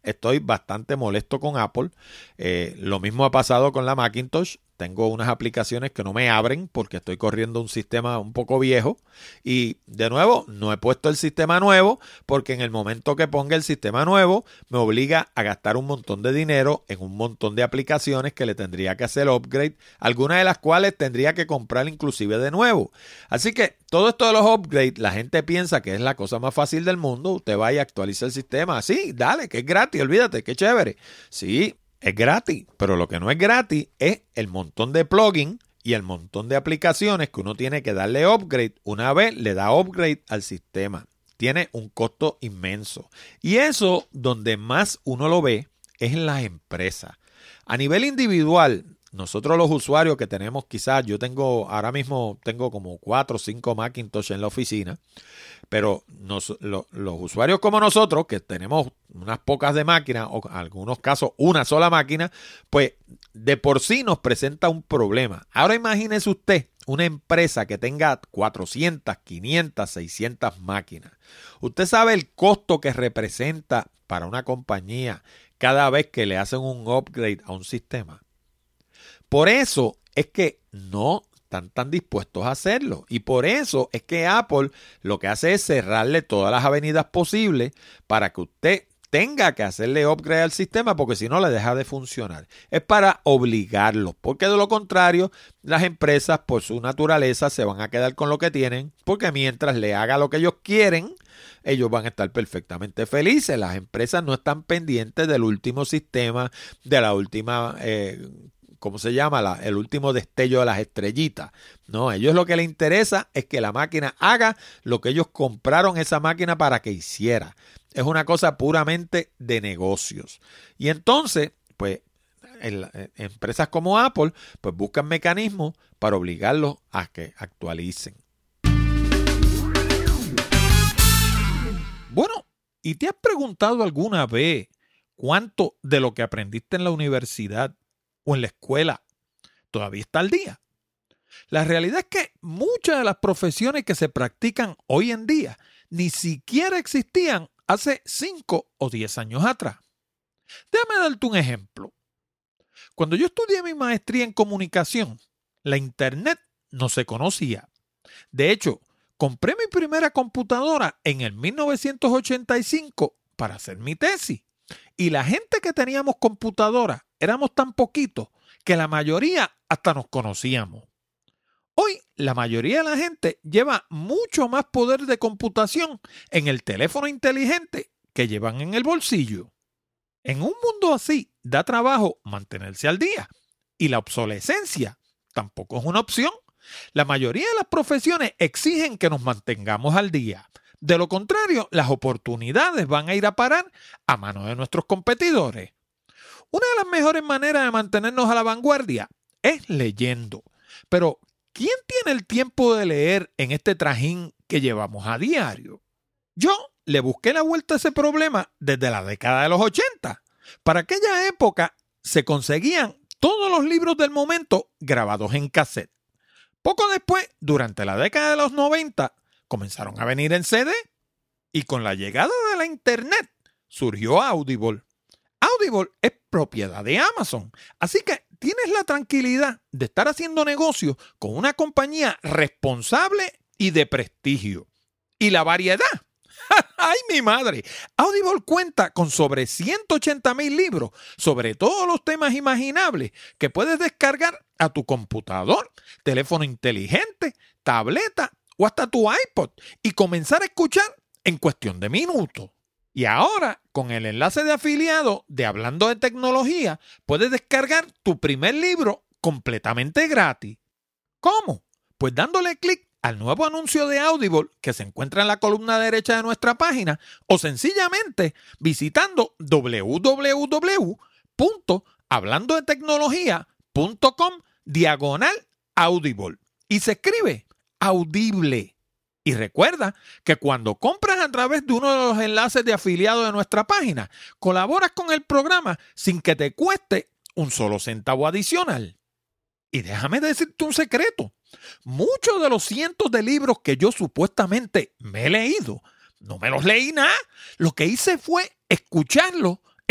estoy bastante molesto con Apple. Eh, lo mismo ha pasado con la Macintosh. Tengo unas aplicaciones que no me abren porque estoy corriendo un sistema un poco viejo. Y de nuevo, no he puesto el sistema nuevo porque en el momento que ponga el sistema nuevo me obliga a gastar un montón de dinero en un montón de aplicaciones que le tendría que hacer upgrade, algunas de las cuales tendría que comprar inclusive de nuevo. Así que todo esto de los upgrades, la gente piensa que es la cosa más fácil del mundo. Usted va y actualiza el sistema. Sí, dale, que es gratis, olvídate, qué chévere. Sí, es gratis, pero lo que no es gratis es el montón de plugins y el montón de aplicaciones que uno tiene que darle upgrade. Una vez le da upgrade al sistema. Tiene un costo inmenso. Y eso, donde más uno lo ve, es en las empresas. A nivel individual, nosotros los usuarios que tenemos, quizás yo tengo, ahora mismo tengo como cuatro o cinco Macintosh en la oficina, pero nos, lo, los usuarios como nosotros, que tenemos unas pocas de máquinas, o en algunos casos una sola máquina, pues de por sí nos presenta un problema. Ahora imagínese usted una empresa que tenga cuatrocientas, quinientas, seiscientas máquinas. Usted sabe el costo que representa para una compañía cada vez que le hacen un upgrade a un sistema. Por eso es que no están tan dispuestos a hacerlo. Y por eso es que Apple lo que hace es cerrarle todas las avenidas posibles para que usted tenga que hacerle upgrade al sistema, porque si no le deja de funcionar. Es para obligarlo, porque de lo contrario las empresas por su naturaleza se van a quedar con lo que tienen, porque mientras le haga lo que ellos quieren, ellos van a estar perfectamente felices. Las empresas no están pendientes del último sistema, de la última... Eh, ¿Cómo se llama? La, el último destello de las estrellitas. No, a ellos lo que les interesa es que la máquina haga lo que ellos compraron esa máquina para que hiciera. Es una cosa puramente de negocios. Y entonces, pues, en, en empresas como Apple, pues buscan mecanismos para obligarlos a que actualicen. Bueno, ¿y te has preguntado alguna vez cuánto de lo que aprendiste en la universidad o en la escuela todavía está al día? La realidad es que muchas de las profesiones que se practican hoy en día ni siquiera existían hace cinco o diez años atrás. Déjame darte un ejemplo. Cuando yo estudié mi maestría en comunicación, la internet no se conocía. De hecho, compré mi primera computadora en el mil novecientos ochenta y cinco para hacer mi tesis. Y la gente que teníamos computadora éramos tan poquitos que la mayoría hasta nos conocíamos. Hoy la mayoría de la gente lleva mucho más poder de computación en el teléfono inteligente que llevan en el bolsillo. En un mundo así da trabajo mantenerse al día y la obsolescencia tampoco es una opción. La mayoría de las profesiones exigen que nos mantengamos al día. De lo contrario, las oportunidades van a ir a parar a manos de nuestros competidores. Una de las mejores maneras de mantenernos a la vanguardia es leyendo. Pero, ¿quién tiene el tiempo de leer en este trajín que llevamos a diario? Yo le busqué la vuelta a ese problema desde la década de los ochenta. Para aquella época se conseguían todos los libros del momento grabados en cassette. Poco después, durante la década de los noventa, comenzaron a venir en C D. Y con la llegada de la internet surgió Audible. Audible es propiedad de Amazon. Así que tienes la tranquilidad de estar haciendo negocio con una compañía responsable y de prestigio. Y la variedad. ¡Ay, mi madre! Audible cuenta con sobre ciento ochenta mil libros sobre todos los temas imaginables que puedes descargar a tu computador, teléfono inteligente, tableta o hasta tu iPod y comenzar a escuchar en cuestión de minutos. Y ahora, con el enlace de afiliado de Hablando de Tecnología, puedes descargar tu primer libro completamente gratis. ¿Cómo? Pues dándole clic al nuevo anuncio de Audible que se encuentra en la columna derecha de nuestra página o sencillamente visitando doble u doble u doble u punto hablando de tecnología punto com diagonal Audible. Y se escribe audible. Y recuerda que cuando compras a través de uno de los enlaces de afiliado de nuestra página, colaboras con el programa sin que te cueste un solo centavo adicional. Y déjame decirte un secreto. Muchos de los cientos de libros que yo supuestamente me he leído, no me los leí nada. Lo que hice fue escucharlos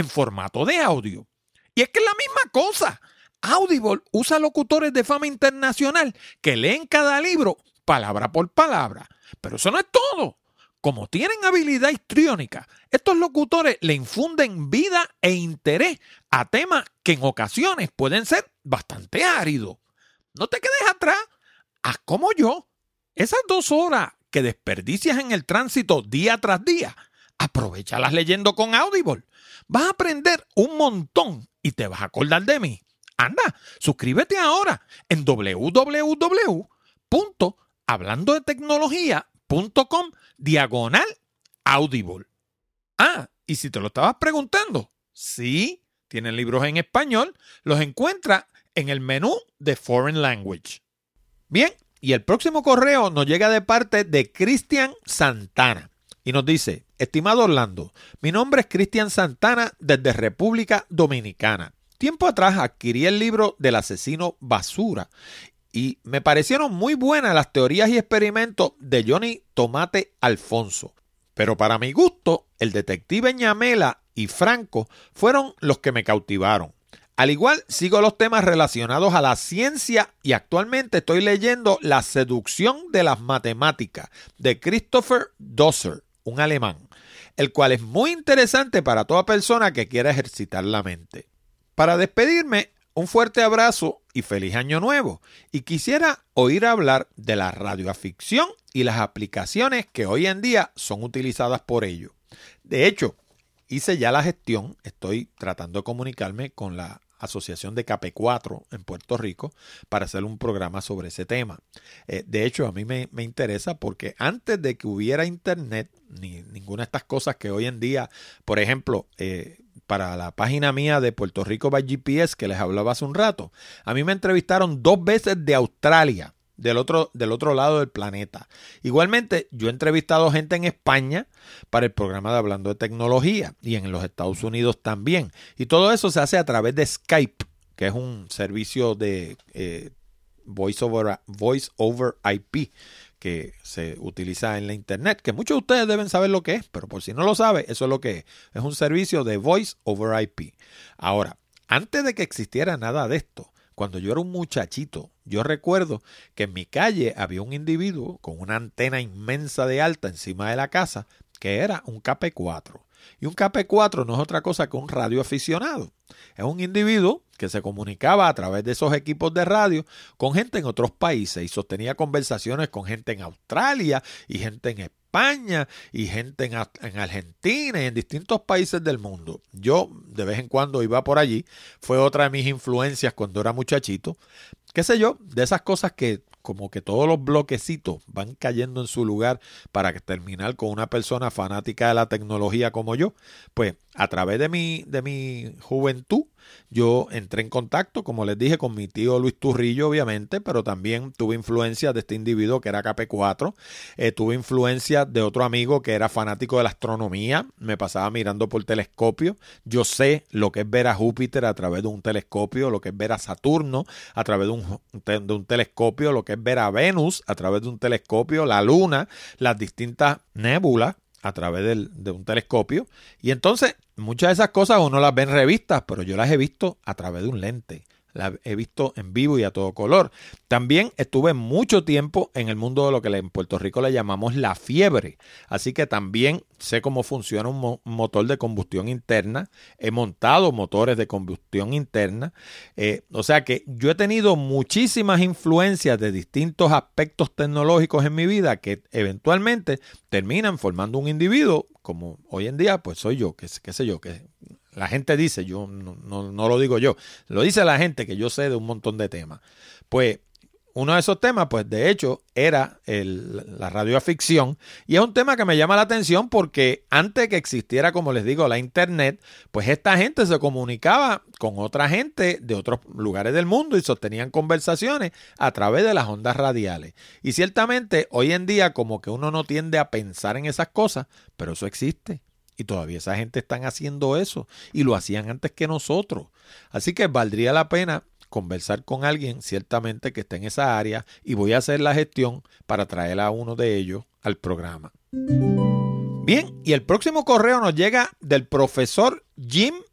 en formato de audio. Y es que es la misma cosa. Audible usa locutores de fama internacional que leen cada libro palabra por palabra. Pero eso no es todo. Como tienen habilidad histriónica, estos locutores le infunden vida e interés a temas que en ocasiones pueden ser bastante áridos. No te quedes atrás. Haz como yo. Esas dos horas que desperdicias en el tránsito día tras día, aprovéchalas leyendo con Audible. Vas a aprender un montón y te vas a acordar de mí. Anda, suscríbete ahora en doble u doble u doble u punto hablando de tecnología punto com diagonal Audible. Ah, y si te lo estabas preguntando, sí, tienen libros en español, los encuentras en el menú de Foreign Language. Bien, y el próximo correo nos llega de parte de Cristian Santana y nos dice: estimado Orlando, mi nombre es Cristian Santana desde República Dominicana. Tiempo atrás adquirí el libro del asesino basura y me parecieron muy buenas las teorías y experimentos de Johnny Tomate Alfonso. Pero para mi gusto, el detective Ñamela y Franco fueron los que me cautivaron. Al igual, sigo los temas relacionados a la ciencia y actualmente estoy leyendo La seducción de las matemáticas de Christopher Dosser, un alemán, el cual es muy interesante para toda persona que quiera ejercitar la mente. Para despedirme, un fuerte abrazo y feliz año nuevo. Y quisiera oír hablar de la radioaficción y las aplicaciones que hoy en día son utilizadas por ello. De hecho, hice ya la gestión, estoy tratando de comunicarme con la Asociación de K P cuatro en Puerto Rico para hacer un programa sobre ese tema. Eh, de hecho, a mí me, me interesa porque antes de que hubiera internet, ni ninguna de estas cosas que hoy en día, por ejemplo, eh, para la página mía de Puerto Rico by G P S que les hablaba hace un rato, a mí me entrevistaron dos veces de Australia, del otro, del otro lado del planeta. Igualmente, yo he entrevistado gente en España para el programa de Hablando de Tecnología y en los Estados Unidos también. Y todo eso se hace a través de Skype, que es un servicio de eh, voice over, voice over I P que se utiliza en la internet, que muchos de ustedes deben saber lo que es, pero por si no lo sabe, eso es lo que es. Es un servicio de voice over I P. Ahora, antes de que existiera nada de esto, cuando yo era un muchachito, yo recuerdo que en mi calle había un individuo con una antena inmensa de alta encima de la casa que era un K P cuatro. Y un K P cuatro no es otra cosa que un radioaficionado. Es un individuo que se comunicaba a través de esos equipos de radio con gente en otros países y sostenía conversaciones con gente en Australia y gente en España y gente en, en Argentina y en distintos países del mundo. Yo de vez en cuando iba por allí. Fue otra de mis influencias cuando era muchachito. Qué sé yo, de esas cosas que como que todos los bloquecitos van cayendo en su lugar para terminar con una persona fanática de la tecnología como yo. Pues a través de mi, de mi juventud yo entré en contacto, como les dije, con mi tío Luis Turrillo, obviamente, pero también tuve influencia de este individuo que era K P cuatro. Eh, tuve influencia de otro amigo que era fanático de la astronomía. Me pasaba mirando por telescopio. Yo sé lo que es ver a Júpiter a través de un telescopio, lo que es ver a Saturno a través de un, de un telescopio, lo que es ver a Venus a través de un telescopio, la Luna, las distintas nébulas a través del, de un telescopio. Y entonces muchas de esas cosas uno las ve en revistas, pero yo las he visto a través de un lente. Las he visto en vivo y a todo color. También estuve mucho tiempo en el mundo de lo que en Puerto Rico le llamamos la fiebre. Así que también sé cómo funciona un, mo- un motor de combustión interna. He montado motores de combustión interna. Eh, o sea que yo he tenido muchísimas influencias de distintos aspectos tecnológicos en mi vida que eventualmente terminan formando un individuo como hoy en día pues soy yo, que qué sé yo, que la gente dice, yo no, no, no lo digo yo, lo dice la gente que yo sé de un montón de temas. Pues uno de esos temas, pues de hecho, era el, la radioaficción y es un tema que me llama la atención porque antes que existiera, como les digo, la internet, pues esta gente se comunicaba con otra gente de otros lugares del mundo y sostenían conversaciones a través de las ondas radiales. Y ciertamente hoy en día como que uno no tiende a pensar en esas cosas, pero eso existe. Y todavía esa gente están haciendo eso y lo hacían antes que nosotros. Así que valdría la pena conversar con alguien ciertamente que esté en esa área y voy a hacer la gestión para traer a uno de ellos al programa. Bien, y el próximo correo nos llega del profesor Jim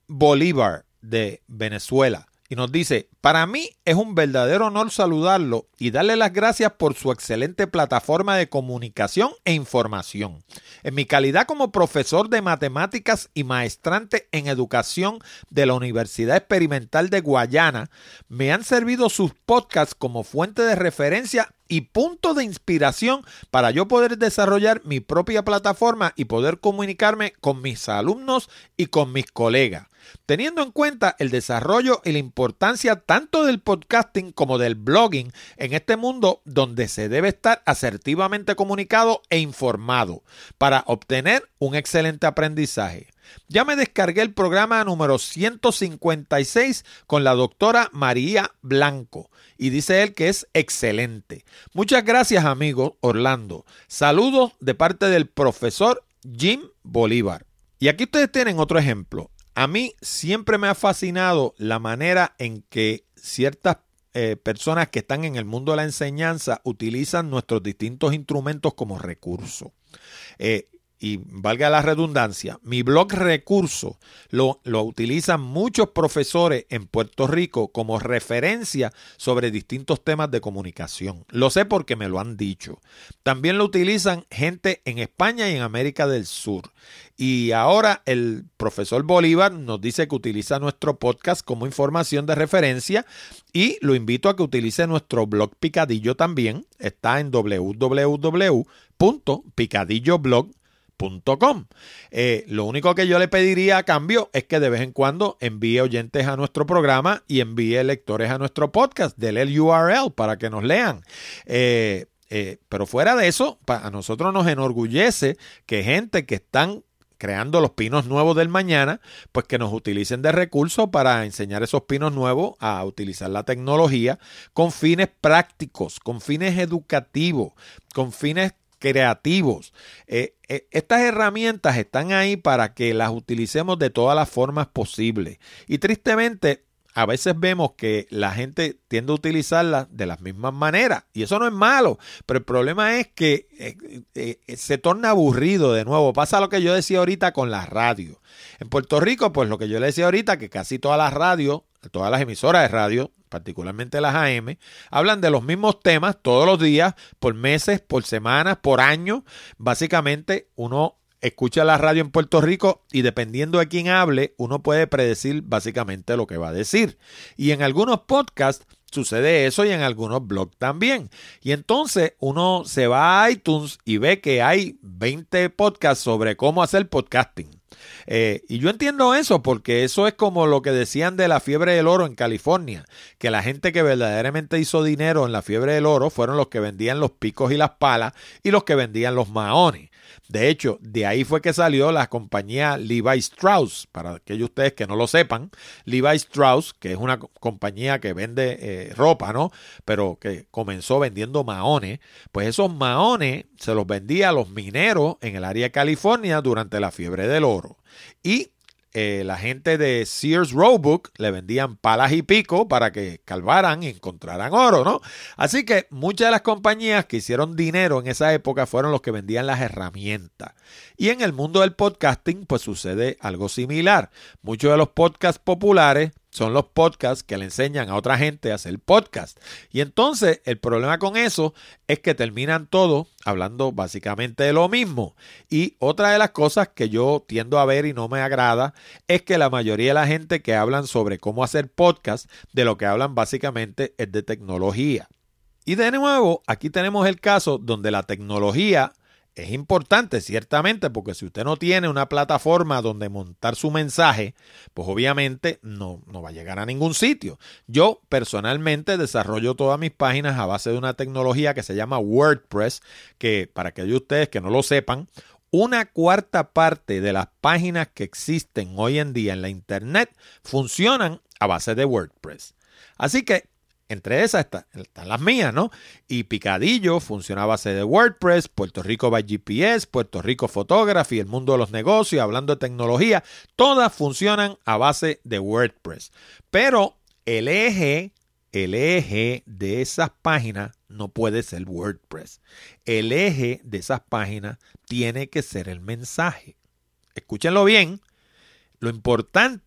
Bolívar de Venezuela. Y nos dice, para mí es un verdadero honor saludarlo y darle las gracias por su excelente plataforma de comunicación e información. En mi calidad como profesor de matemáticas y maestrante en educación de la Universidad Experimental de Guayana, me han servido sus podcasts como fuente de referencia y punto de inspiración para yo poder desarrollar mi propia plataforma y poder comunicarme con mis alumnos y con mis colegas, teniendo en cuenta el desarrollo y la importancia tanto del podcasting como del blogging en este mundo donde se debe estar asertivamente comunicado e informado para obtener un excelente aprendizaje. Ya me descargué el programa número ciento cincuenta y seis con la doctora María Blanco y dice él que es excelente. Muchas gracias, amigo Orlando. Saludos de parte del profesor Jim Bolívar. Y aquí ustedes tienen otro ejemplo. A mí siempre me ha fascinado la manera en que ciertas eh, personas que están en el mundo de la enseñanza utilizan nuestros distintos instrumentos como recurso. Eh, Y valga la redundancia, mi blog Recurso lo, lo utilizan muchos profesores en Puerto Rico como referencia sobre distintos temas de comunicación. Lo sé porque me lo han dicho. También lo utilizan gente en España y en América del Sur. Y ahora el profesor Bolívar nos dice que utiliza nuestro podcast como información de referencia y lo invito a que utilice nuestro blog Picadillo también. Está en doble u doble u doble u punto picadillo blog punto com. Eh, lo único que yo le pediría a cambio es que de vez en cuando envíe oyentes a nuestro programa y envíe lectores a nuestro podcast. Dele el U R L para que nos lean. Eh, eh, pero fuera de eso, a nosotros nos enorgullece que gente que están creando los pinos nuevos del mañana, pues que nos utilicen de recursos para enseñar esos pinos nuevos a utilizar la tecnología con fines prácticos, con fines educativos, con fines creativos. Eh, eh, estas herramientas están ahí para que las utilicemos de todas las formas posibles. Y tristemente, a veces vemos que la gente tiende a utilizarlas de las mismas maneras. Y eso no es malo. Pero el problema es que eh, eh, se torna aburrido de nuevo. Pasa lo que yo decía ahorita con las radios. En Puerto Rico, pues lo que yo le decía ahorita, que casi todas las radios, todas las emisoras de radio, particularmente las A M, hablan de los mismos temas todos los días, por meses, por semanas, por años. Básicamente, uno escucha la radio en Puerto Rico y dependiendo de quién hable, uno puede predecir básicamente lo que va a decir. Y en algunos podcasts sucede eso y en algunos blogs también. Y entonces uno se va a iTunes y ve que hay veinte podcasts sobre cómo hacer podcasting. Eh, y yo entiendo eso porque eso es como lo que decían de la fiebre del oro en California, que la gente que verdaderamente hizo dinero en la fiebre del oro fueron los que vendían los picos y las palas y los que vendían los maones. De hecho, de ahí fue que salió la compañía Levi Strauss. Para aquellos de ustedes que no lo sepan, Levi Strauss, que es una compañía que vende eh, ropa, ¿no? Pero que comenzó vendiendo maones, pues esos maones se los vendía a los mineros en el área de California durante la fiebre del oro. Y eh, la gente de Sears Roebuck le vendían palas y pico para que calvaran y encontraran oro, ¿no? Así que muchas de las compañías que hicieron dinero en esa época fueron los que vendían las herramientas. Y en el mundo del podcasting, pues sucede algo similar. Muchos de los podcasts populares son los podcasts que le enseñan a otra gente a hacer podcast. Y entonces el problema con eso es que terminan todos hablando básicamente de lo mismo. Y otra de las cosas que yo tiendo a ver y no me agrada es que la mayoría de la gente que hablan sobre cómo hacer podcast, de lo que hablan básicamente es de tecnología. Y de nuevo, aquí tenemos el caso donde la tecnología es importante, ciertamente, porque si usted no tiene una plataforma donde montar su mensaje, pues obviamente no, no va a llegar a ningún sitio. Yo personalmente desarrollo todas mis páginas a base de una tecnología que se llama WordPress, que para aquellos de ustedes que no lo sepan, una cuarta parte de las páginas que existen hoy en día en la internet funcionan a base de WordPress. Así que entre esas está, están las mías, ¿no? Y Picadillo funciona a base de WordPress, Puerto Rico by G P S, Puerto Rico Photography, el mundo de los negocios, hablando de tecnología, todas funcionan a base de WordPress. Pero el eje, el eje de esas páginas no puede ser WordPress. El eje de esas páginas tiene que ser el mensaje. Escúchenlo bien. Lo importante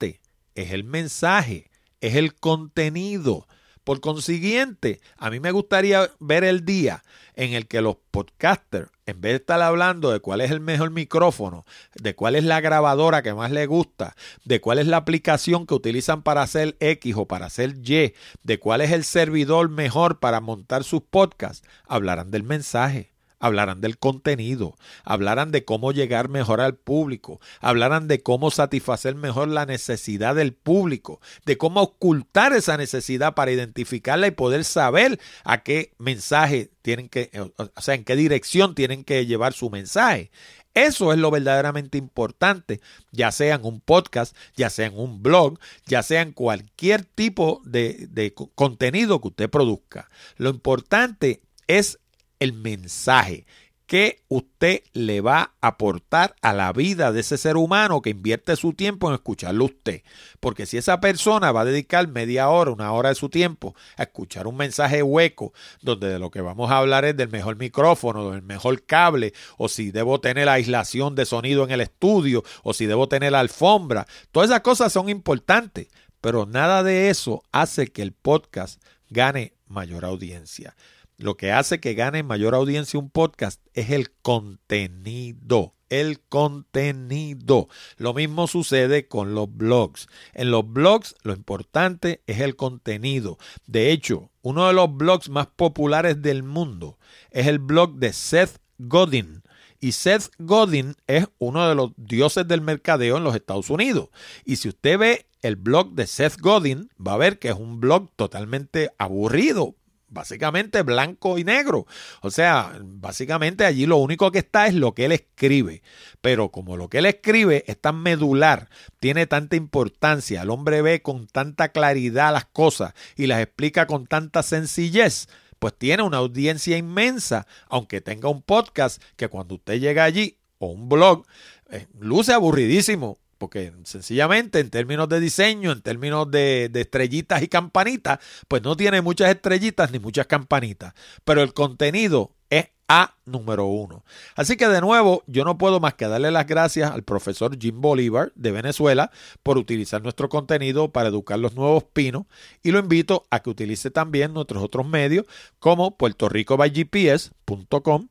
es el mensaje, es el contenido. Por consiguiente, a mí me gustaría ver el día en el que los podcasters, en vez de estar hablando de cuál es el mejor micrófono, de cuál es la grabadora que más les gusta, de cuál es la aplicación que utilizan para hacer X o para hacer Y, de cuál es el servidor mejor para montar sus podcasts, hablarán del mensaje. Hablarán del contenido, hablarán de cómo llegar mejor al público, hablarán de cómo satisfacer mejor la necesidad del público, de cómo ocultar esa necesidad para identificarla y poder saber a qué mensaje tienen que, o sea, en qué dirección tienen que llevar su mensaje. Eso es lo verdaderamente importante, ya sea en un podcast, ya sea en un blog, ya sea en cualquier tipo de, de contenido que usted produzca. Lo importante es el mensaje que usted le va a aportar a la vida de ese ser humano que invierte su tiempo en escucharlo a usted. Porque si esa persona va a dedicar media hora, una hora de su tiempo a escuchar un mensaje hueco, donde de lo que vamos a hablar es del mejor micrófono, del mejor cable, o si debo tener la aislación de sonido en el estudio, o si debo tener la alfombra, todas esas cosas son importantes, pero nada de eso hace que el podcast gane mayor audiencia. Lo que hace que gane mayor audiencia un podcast es el contenido, el contenido. Lo mismo sucede con los blogs. En los blogs lo importante es el contenido. De hecho, uno de los blogs más populares del mundo es el blog de Seth Godin. Y Seth Godin es uno de los dioses del mercadeo en los Estados Unidos. Y si usted ve el blog de Seth Godin, va a ver que es un blog totalmente aburrido. Básicamente blanco y negro. O sea, básicamente allí lo único que está es lo que él escribe. Pero como lo que él escribe es tan medular, tiene tanta importancia, el hombre ve con tanta claridad las cosas y las explica con tanta sencillez, pues tiene una audiencia inmensa, aunque tenga un podcast que cuando usted llega allí, o un blog, eh, luce aburridísimo. Porque sencillamente en términos de diseño, en términos de, de estrellitas y campanitas, pues no tiene muchas estrellitas ni muchas campanitas. Pero el contenido es A número uno. Así que de nuevo, yo no puedo más que darle las gracias al profesor Jim Bolívar de Venezuela por utilizar nuestro contenido para educar los nuevos pinos. Y lo invito a que utilice también nuestros otros medios como puerto rico by g p s punto com,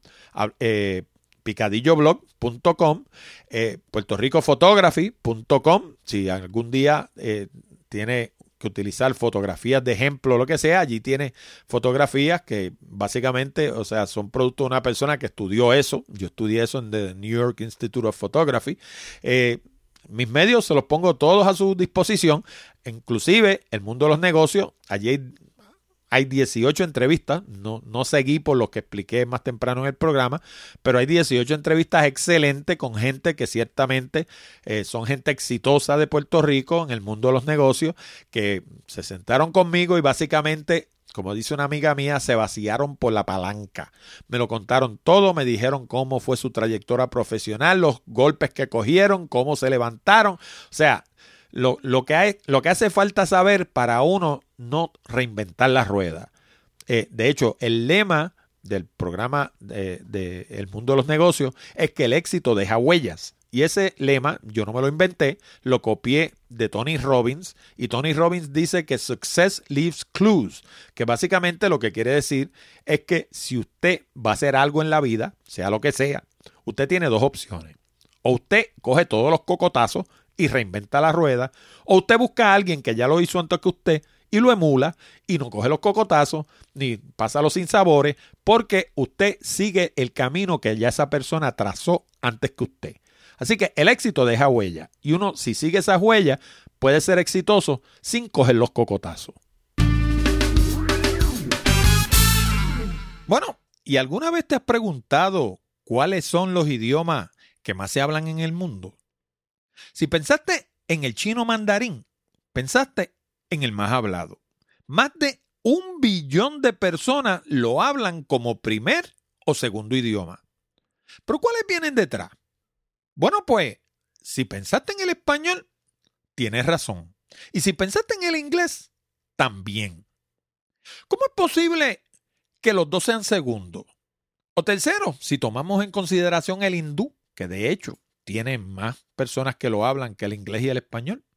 eh, picadillo blog punto com, eh, puerto rico photography punto com, si algún día eh, tiene que utilizar fotografías de ejemplo o lo que sea, allí tiene fotografías que básicamente, o sea, son producto de una persona que estudió eso. Yo estudié eso en the New York Institute of Photography. Eh, mis medios se los pongo todos a su disposición, inclusive el mundo de los negocios. Allí hay Hay dieciocho entrevistas, no, no seguí por lo que expliqué más temprano en el programa, pero hay dieciocho entrevistas excelentes con gente que ciertamente eh, son gente exitosa de Puerto Rico en el mundo de los negocios, que se sentaron conmigo y básicamente, como dice una amiga mía, se vaciaron por la palanca. Me lo contaron todo, me dijeron cómo fue su trayectoria profesional, los golpes que cogieron, cómo se levantaron. O sea, Lo, lo, que hay, lo que hace falta saber para uno no reinventar la rueda. Eh, de hecho, el lema del programa de, de El Mundo de los Negocios es que el éxito deja huellas. Y ese lema yo no me lo inventé, lo copié de Tony Robbins. Y Tony Robbins dice que success leaves clues, que básicamente lo que quiere decir es que si usted va a hacer algo en la vida, sea lo que sea, usted tiene dos opciones. O usted coge todos los cocotazos y reinventa la rueda, o usted busca a alguien que ya lo hizo antes que usted y lo emula y no coge los cocotazos ni pasa los sinsabores, porque usted sigue el camino que ya esa persona trazó antes que usted. Así que el éxito deja huella y uno, si sigue esa huella, puede ser exitoso sin coger los cocotazos. Bueno, ¿y alguna vez te has preguntado cuáles son los idiomas que más se hablan en el mundo? Si pensaste en el chino mandarín, pensaste en el más hablado. Más de un billón de personas lo hablan como primer o segundo idioma. ¿Pero cuáles vienen detrás? Bueno, pues, si pensaste en el español, tienes razón. Y si pensaste en el inglés, también. ¿Cómo es posible que los dos sean segundos? O tercero, si tomamos en consideración el hindú, que de hecho tiene más personas que lo hablan que el inglés y el español.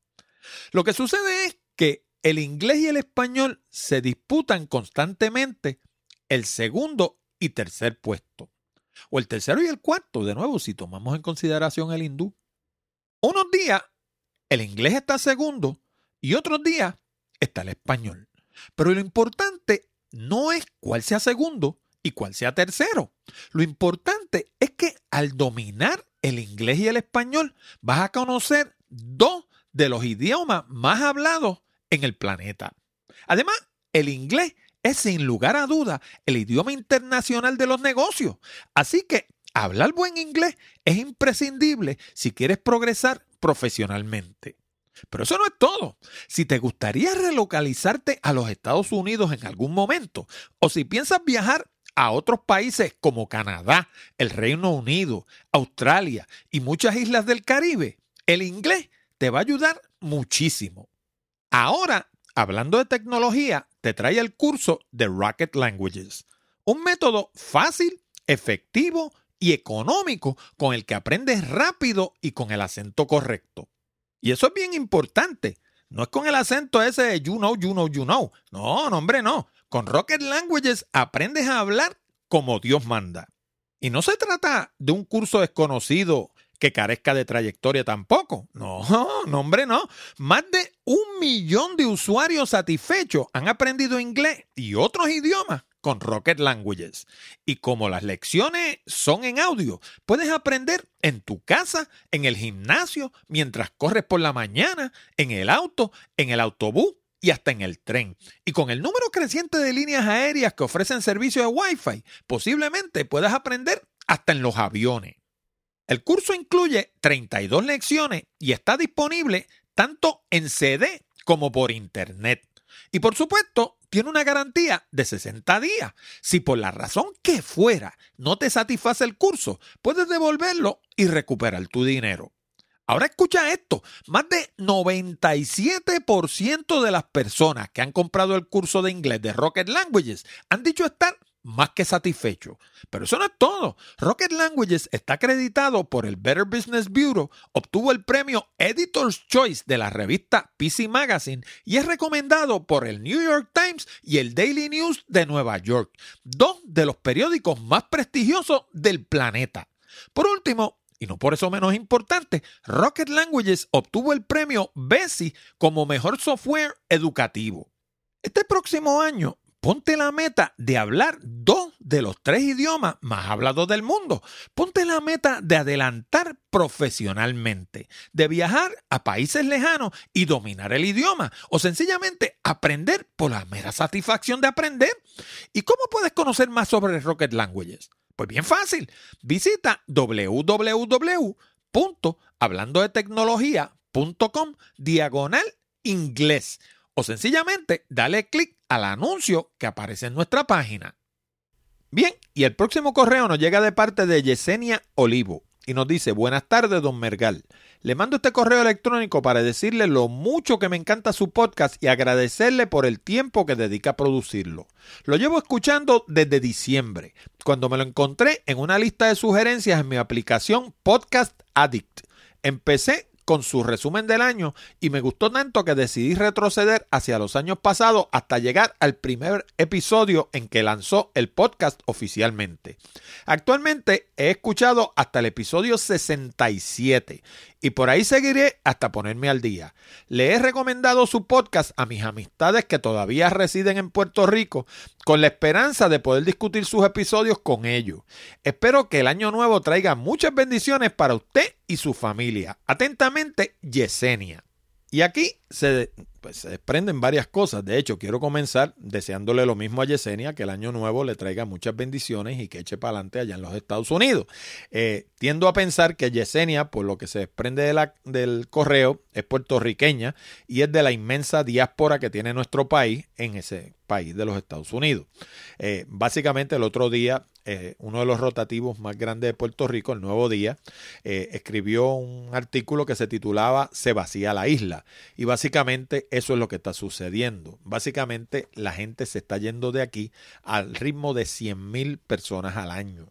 Lo que sucede es que el inglés y el español se disputan constantemente el segundo y tercer puesto. O el tercero y el cuarto, de nuevo, si tomamos en consideración el hindú. Unos días el inglés está segundo y otros días está el español. Pero lo importante no es cuál sea segundo y cuál sea tercero. Lo importante es que al dominar el inglés y el español vas a conocer dos de los idiomas más hablados en el planeta. Además, el inglés es sin lugar a duda el idioma internacional de los negocios. Así que hablar buen inglés es imprescindible si quieres progresar profesionalmente. Pero eso no es todo. Si te gustaría relocalizarte a los Estados Unidos en algún momento, o si piensas viajar a otros países como Canadá, el Reino Unido, Australia y muchas islas del Caribe, el inglés te va a ayudar muchísimo. Ahora, hablando de tecnología, te trae el curso de Rocket Languages, un método fácil, efectivo y económico con el que aprendes rápido y con el acento correcto. Y eso es bien importante. No es con el acento ese de you know, you know, you know. No, no, hombre, no. Con Rocket Languages aprendes a hablar como Dios manda. Y no se trata de un curso desconocido que carezca de trayectoria tampoco. No, no, hombre, no. Más de un millón de usuarios satisfechos han aprendido inglés y otros idiomas con Rocket Languages. Y como las lecciones son en audio, puedes aprender en tu casa, en el gimnasio, mientras corres por la mañana, en el auto, en el autobús y hasta en el tren. Y con el número creciente de líneas aéreas que ofrecen servicio de Wi-Fi, posiblemente puedas aprender hasta en los aviones. El curso incluye treinta y dos lecciones y está disponible tanto en C D como por internet. Y por supuesto, tiene una garantía de sesenta días. Si por la razón que fuera no te satisface el curso, puedes devolverlo y recuperar tu dinero. Ahora escucha esto, más de noventa y siete por ciento de las personas que han comprado el curso de inglés de Rocket Languages han dicho estar más que satisfechos. Pero eso no es todo. Rocket Languages está acreditado por el Better Business Bureau, obtuvo el premio Editor's Choice de la revista P C Magazine y es recomendado por el New York Times y el Daily News de Nueva York, dos de los periódicos más prestigiosos del planeta. Por último, y no por eso menos importante, Rocket Languages obtuvo el premio B E S I como mejor software educativo. Este próximo año, ponte la meta de hablar dos de los tres idiomas más hablados del mundo. Ponte la meta de adelantar profesionalmente, de viajar a países lejanos y dominar el idioma, o sencillamente aprender por la mera satisfacción de aprender. ¿Y cómo puedes conocer más sobre Rocket Languages? Pues bien fácil. Visita w w w punto hablando de tecnología punto com diagonal inglés. O sencillamente dale clic al anuncio que aparece en nuestra página. Bien, y el próximo correo nos llega de parte de Yesenia Olivo y nos dice: buenas tardes, don Mergal. Le mando este correo electrónico para decirle lo mucho que me encanta su podcast y agradecerle por el tiempo que dedica a producirlo. Lo llevo escuchando desde diciembre, cuando me lo encontré en una lista de sugerencias en mi aplicación Podcast Addict. Empecé con su resumen del año y me gustó tanto que decidí retroceder hacia los años pasados hasta llegar al primer episodio en que lanzó el podcast oficialmente. Actualmente he escuchado hasta el episodio sesenta y siete y por ahí seguiré hasta ponerme al día. Le he recomendado su podcast a mis amistades que todavía residen en Puerto Rico con la esperanza de poder discutir sus episodios con ellos. Espero que el año nuevo traiga muchas bendiciones para usted y su familia. Atentamente, Yesenia. Y aquí se, pues, se desprenden varias cosas. De hecho, quiero comenzar deseándole lo mismo a Yesenia, que el año nuevo le traiga muchas bendiciones y que eche para adelante allá en los Estados Unidos. Eh, tiendo a pensar que Yesenia, por lo que se desprende de la, del correo, es puertorriqueña y es de la inmensa diáspora que tiene nuestro país en ese país de los Estados Unidos. Eh, básicamente el otro día, eh, uno de los rotativos más grandes de Puerto Rico, El Nuevo Día, eh, escribió un artículo que se titulaba Se vacía la isla. Y básicamente eso es lo que está sucediendo. Básicamente la gente se está yendo de aquí al ritmo de cien mil personas al año.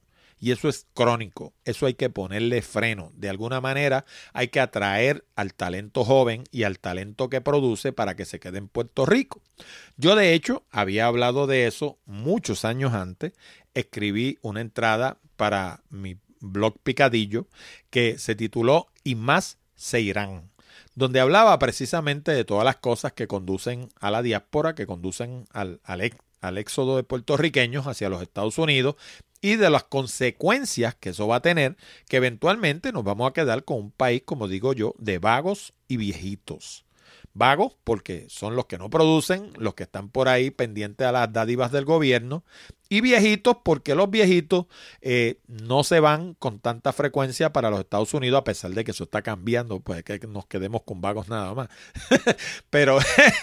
Y eso es crónico, eso hay que ponerle freno. De alguna manera hay que atraer al talento joven y al talento que produce para que se quede en Puerto Rico. Yo de hecho había hablado de eso muchos años antes. Escribí una entrada para mi blog Picadillo que se tituló "Y más se irán", donde hablaba precisamente de todas las cosas que conducen a la diáspora, que conducen al, al, al éxodo de puertorriqueños hacia los Estados Unidos y de las consecuencias que eso va a tener, que eventualmente nos vamos a quedar con un país, como digo yo, de vagos y viejitos. Vagos porque son los que no producen, los que están por ahí pendientes a las dádivas del gobierno, y viejitos porque los viejitos eh, no se van con tanta frecuencia para los Estados Unidos, a pesar de que eso está cambiando, pues que nos quedemos con vagos nada más. Pero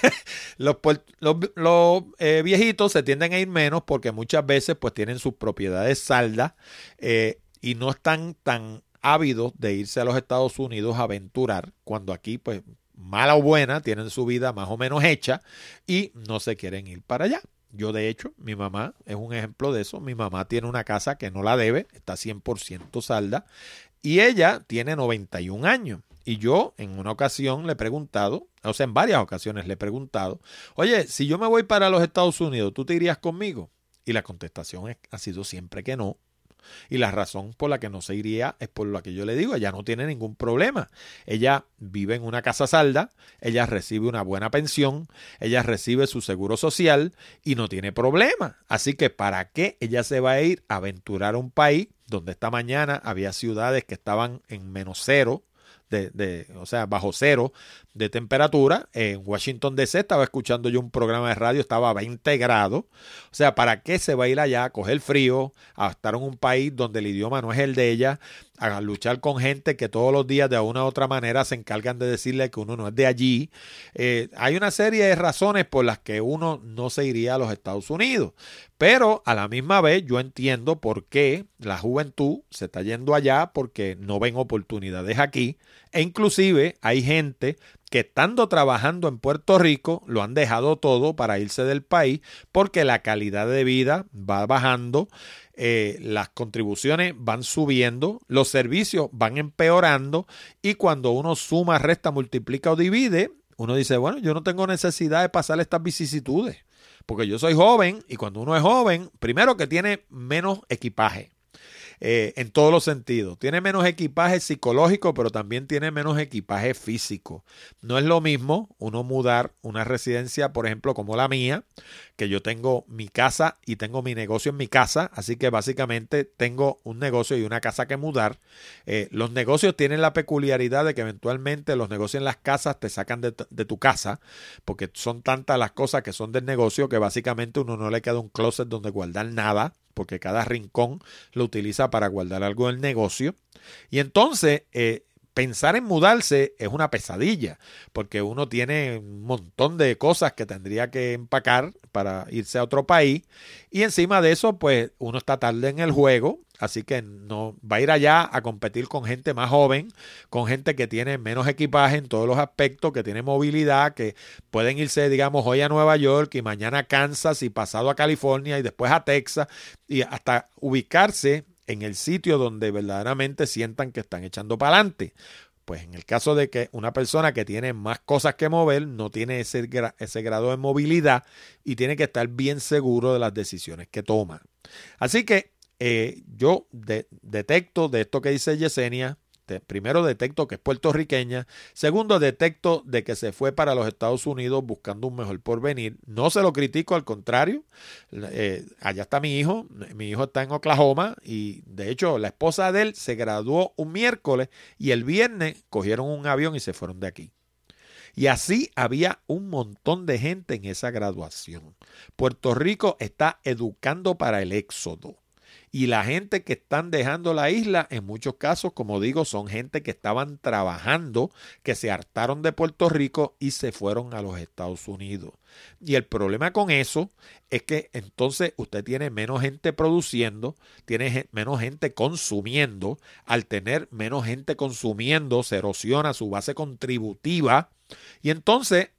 los, los, los eh, viejitos se tienden a ir menos porque muchas veces pues tienen sus propiedades saldas eh, y no están tan ávidos de irse a los Estados Unidos a aventurar, cuando aquí pues mala o buena, tienen su vida más o menos hecha y no se quieren ir para allá. Yo, de hecho, mi mamá es un ejemplo de eso. Mi mamá tiene una casa que no la debe, está cien por ciento salda y ella tiene noventa y un años. Y yo en una ocasión le he preguntado, o sea, en varias ocasiones le he preguntado, oye, si yo me voy para los Estados Unidos, ¿tú te irías conmigo? Y la contestación es, ha sido siempre que no. Y la razón por la que no se iría es por lo que yo le digo, ella no tiene ningún problema. Ella vive en una casa salda, ella recibe una buena pensión, ella recibe su seguro social y no tiene problema. Así que ¿para qué ella se va a ir a aventurar a un país donde esta mañana había ciudades que estaban en menos cero? De, de, o sea, bajo cero de temperatura? En Washington D C estaba escuchando yo un programa de radio, estaba a veinte grados. O sea, ¿para qué se va a ir allá a coger frío, a estar en un país donde el idioma no es el de ella, a luchar con gente que todos los días de una u otra manera se encargan de decirle que uno no es de allí? Eh, hay una serie de razones por las que uno no se iría a los Estados Unidos. Pero a la misma vez yo entiendo por qué la juventud se está yendo allá, porque no ven oportunidades aquí. E inclusive hay gente que estando trabajando en Puerto Rico lo han dejado todo para irse del país porque la calidad de vida va bajando, eh, las contribuciones van subiendo, los servicios van empeorando y cuando uno suma, resta, multiplica o divide, uno dice, bueno, yo no tengo necesidad de pasar estas vicisitudes porque yo soy joven y cuando uno es joven, primero que tiene menos equipaje. Eh, en todos los sentidos. Tiene menos equipaje psicológico, pero también tiene menos equipaje físico. No es lo mismo uno mudar una residencia, por ejemplo, como la mía, que yo tengo mi casa y tengo mi negocio en mi casa, así que básicamente tengo un negocio y una casa que mudar. Eh, los negocios tienen la peculiaridad de que eventualmente los negocios en las casas te sacan de, de tu casa, porque son tantas las cosas que son del negocio que básicamente uno no le queda un closet donde guardar nada, porque cada rincón lo utiliza para guardar algo del negocio. Y entonces, eh, pensar en mudarse es una pesadilla, porque uno tiene un montón de cosas que tendría que empacar para irse a otro país. Y encima de eso, pues uno está tarde en el juego, así que no va a ir allá a competir con gente más joven, con gente que tiene menos equipaje en todos los aspectos, que tiene movilidad, que pueden irse, digamos, hoy a Nueva York y mañana a Kansas y pasado a California y después a Texas y hasta ubicarse en el sitio donde verdaderamente sientan que están echando para adelante. Pues en el caso de que una persona que tiene más cosas que mover no tiene ese, gra- ese grado de movilidad y tiene que estar bien seguro de las decisiones que toma. Así que eh, yo de- detecto de esto que dice Yesenia, de, primero detecto que es puertorriqueña, segundo detecto de que se fue para los Estados Unidos buscando un mejor porvenir. No se lo critico, al contrario, eh, allá está mi hijo, mi hijo está en Oklahoma y de hecho la esposa de él se graduó un miércoles y el viernes cogieron un avión y se fueron de aquí. Y así había un montón de gente en esa graduación. Puerto Rico está educando para el éxodo. Y la gente que están dejando la isla, en muchos casos, como digo, son gente que estaban trabajando, que se hartaron de Puerto Rico y se fueron a los Estados Unidos. Y el problema con eso es que entonces usted tiene menos gente produciendo, tiene menos gente consumiendo. Al tener menos gente consumiendo, se erosiona su base contributiva y entonces Eh,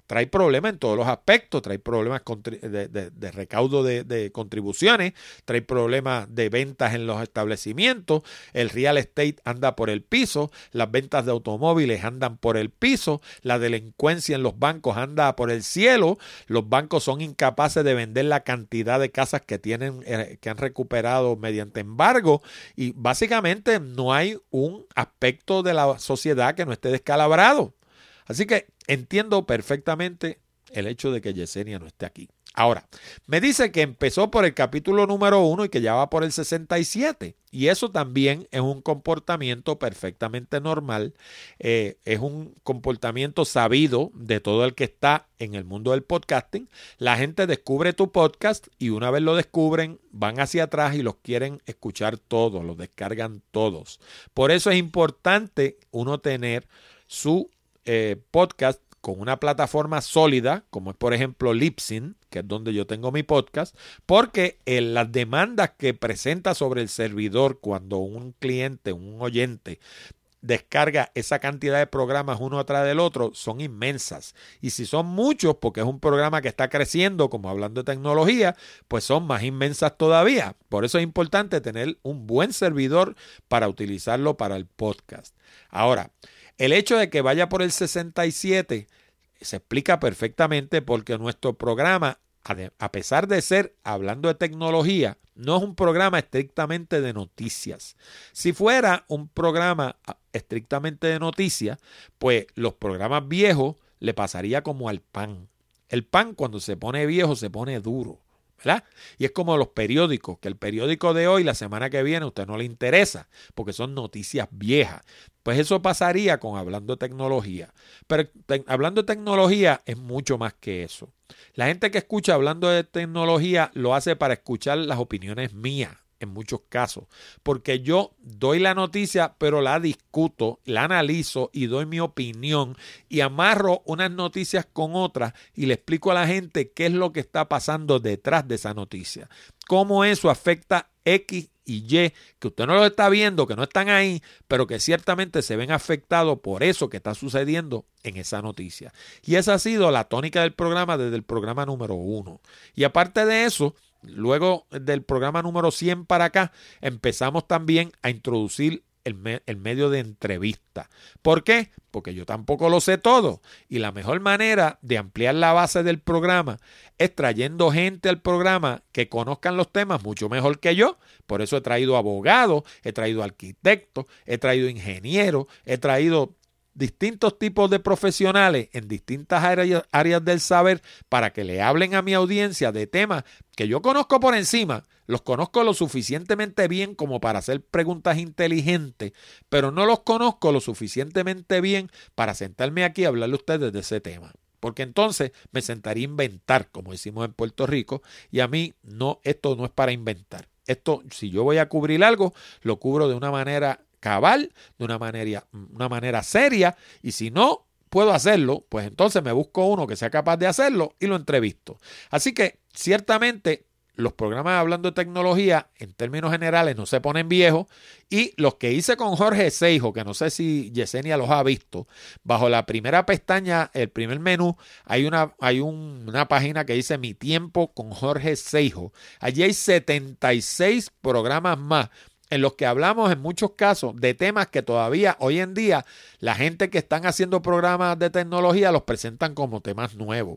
trae problemas en todos los aspectos, trae problemas de, de, de recaudo de, de contribuciones, trae problemas de ventas en los establecimientos, el real estate anda por el piso, las ventas de automóviles andan por el piso, la delincuencia en los bancos anda por el cielo, los bancos son incapaces de vender la cantidad de casas que tienen, eh, que han recuperado mediante embargo, y básicamente no hay un aspecto de la sociedad que no esté descalabrado. Así que entiendo perfectamente el hecho de que Yesenia no esté aquí. Ahora, me dice que empezó por el capítulo número uno y que ya va por el sesenta y siete. Y eso también es un comportamiento perfectamente normal. Eh, es un comportamiento sabido de todo el que está en el mundo del podcasting. La gente descubre tu podcast y una vez lo descubren, van hacia atrás y los quieren escuchar todos, los descargan todos. Por eso es importante uno tener su Eh, podcast con una plataforma sólida, como es por ejemplo Libsyn, que es donde yo tengo mi podcast, porque eh, las demandas que presenta sobre el servidor cuando un cliente, un oyente, descarga esa cantidad de programas uno atrás del otro son inmensas. Y si son muchos, porque es un programa que está creciendo, como hablando de tecnología, pues son más inmensas todavía. Por eso es importante tener un buen servidor para utilizarlo para el podcast. Ahora, el hecho de que vaya por el sesenta y siete se explica perfectamente porque nuestro programa, a pesar de ser hablando de tecnología, no es un programa estrictamente de noticias. Si fuera un programa estrictamente de noticias, pues los programas viejos le pasaría como al pan. El pan cuando se pone viejo se pone duro, ¿verdad? Y es como los periódicos, que el periódico de hoy, la semana que viene, a usted no le interesa, porque son noticias viejas. Pues eso pasaría con hablando de tecnología. Pero te, hablando de tecnología es mucho más que eso. La gente que escucha hablando de tecnología lo hace para escuchar las opiniones mías, en muchos casos, porque yo doy la noticia, pero la discuto, la analizo y doy mi opinión y amarro unas noticias con otras y le explico a la gente qué es lo que está pasando detrás de esa noticia, cómo eso afecta X y Y, que usted no lo está viendo, que no están ahí, pero que ciertamente se ven afectados por eso que está sucediendo en esa noticia. Y esa ha sido la tónica del programa desde el programa número uno. Y aparte de eso, luego del programa número cien para acá, empezamos también a introducir el, me el medio de entrevista. ¿Por qué? Porque yo tampoco lo sé todo. Y la mejor manera de ampliar la base del programa es trayendo gente al programa que conozcan los temas mucho mejor que yo. Por eso he traído abogados, he traído arquitectos, he traído ingenieros, he traído distintos tipos de profesionales en distintas áreas, áreas del saber para que le hablen a mi audiencia de temas que yo conozco por encima, los conozco lo suficientemente bien como para hacer preguntas inteligentes, pero no los conozco lo suficientemente bien para sentarme aquí a hablarle a ustedes de ese tema. Porque entonces me sentaría a inventar, como decimos en Puerto Rico, y a mí no, esto no es para inventar. Esto, si yo voy a cubrir algo, lo cubro de una manera cabal, de una manera, una manera seria, y si no puedo hacerlo, pues entonces me busco uno que sea capaz de hacerlo y lo entrevisto. Así que ciertamente los programas hablando de tecnología en términos generales no se ponen viejos, y los que hice con Jorge Seijo, que no sé si Yesenia los ha visto, bajo la primera pestaña, el primer menú, hay una, hay un, una página que dice Mi Tiempo con Jorge Seijo. Allí hay setenta y seis programas más en los que hablamos en muchos casos de temas que todavía hoy en día la gente que están haciendo programas de tecnología los presentan como temas nuevos.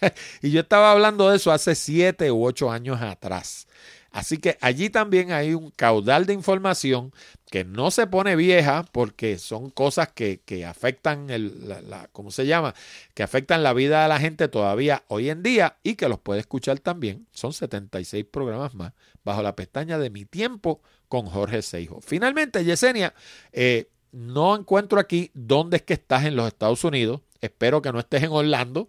Y yo estaba hablando de eso hace siete u ocho años atrás. Así que allí también hay un caudal de información que no se pone vieja porque son cosas que, que afectan, el, la, la, ¿cómo se llama? Que afectan la vida de la gente todavía hoy en día y que los puede escuchar también. Son setenta y seis programas más bajo la pestaña de Mi Tiempo con Jorge Seijo. Finalmente, Yesenia, eh, no encuentro aquí dónde es que estás en los Estados Unidos. Espero que no estés en Orlando.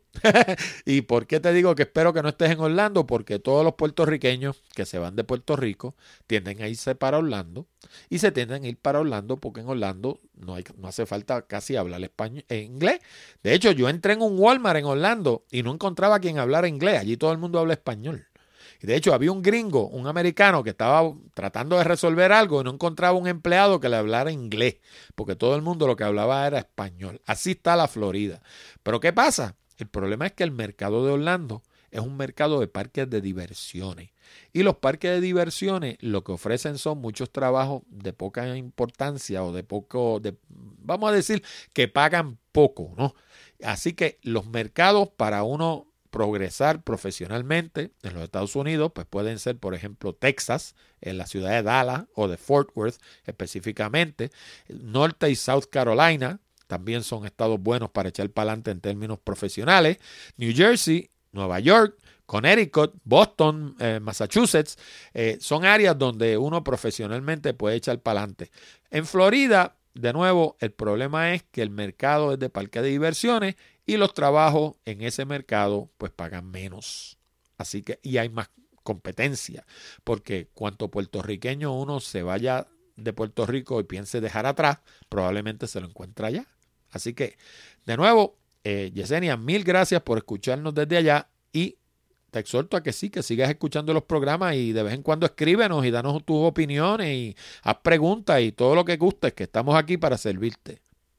¿Y por qué te digo que espero que no estés en Orlando? Porque todos los puertorriqueños que se van de Puerto Rico tienden a irse para Orlando. Y se tienden a ir para Orlando porque en Orlando no, hay, no hace falta casi hablar español, eh, inglés. De hecho, yo entré en un Walmart en Orlando y no encontraba a quien hablara inglés. Allí todo el mundo habla español. Y de hecho, había un gringo, un americano, que estaba tratando de resolver algo y no encontraba un empleado que le hablara inglés, porque todo el mundo lo que hablaba era español. Así está la Florida. Pero ¿qué pasa? El problema es que el mercado de Orlando es un mercado de parques de diversiones. Y los parques de diversiones lo que ofrecen son muchos trabajos de poca importancia o de poco, de, vamos a decir que pagan poco, ¿no? Así que los mercados para uno progresar profesionalmente en los Estados Unidos, pues pueden ser, por ejemplo, Texas, en la ciudad de Dallas o de Fort Worth específicamente, Norte y South Carolina, también son estados buenos para echar para adelante en términos profesionales, New Jersey, Nueva York, Connecticut, Boston, eh, Massachusetts, eh, son áreas donde uno profesionalmente puede echar para adelante. En Florida, de nuevo, el problema es que el mercado es de parque de diversiones y los trabajos en ese mercado pues pagan menos. Así que, y hay más competencia, porque cuanto puertorriqueño uno se vaya de Puerto Rico y piense dejar atrás, probablemente se lo encuentra allá. Así que, de nuevo, eh, Yesenia, mil gracias por escucharnos desde allá y te exhorto a que sí, que sigas escuchando los programas y de vez en cuando escríbenos y danos tus opiniones y haz preguntas y todo lo que gustes, que estamos aquí para servirte.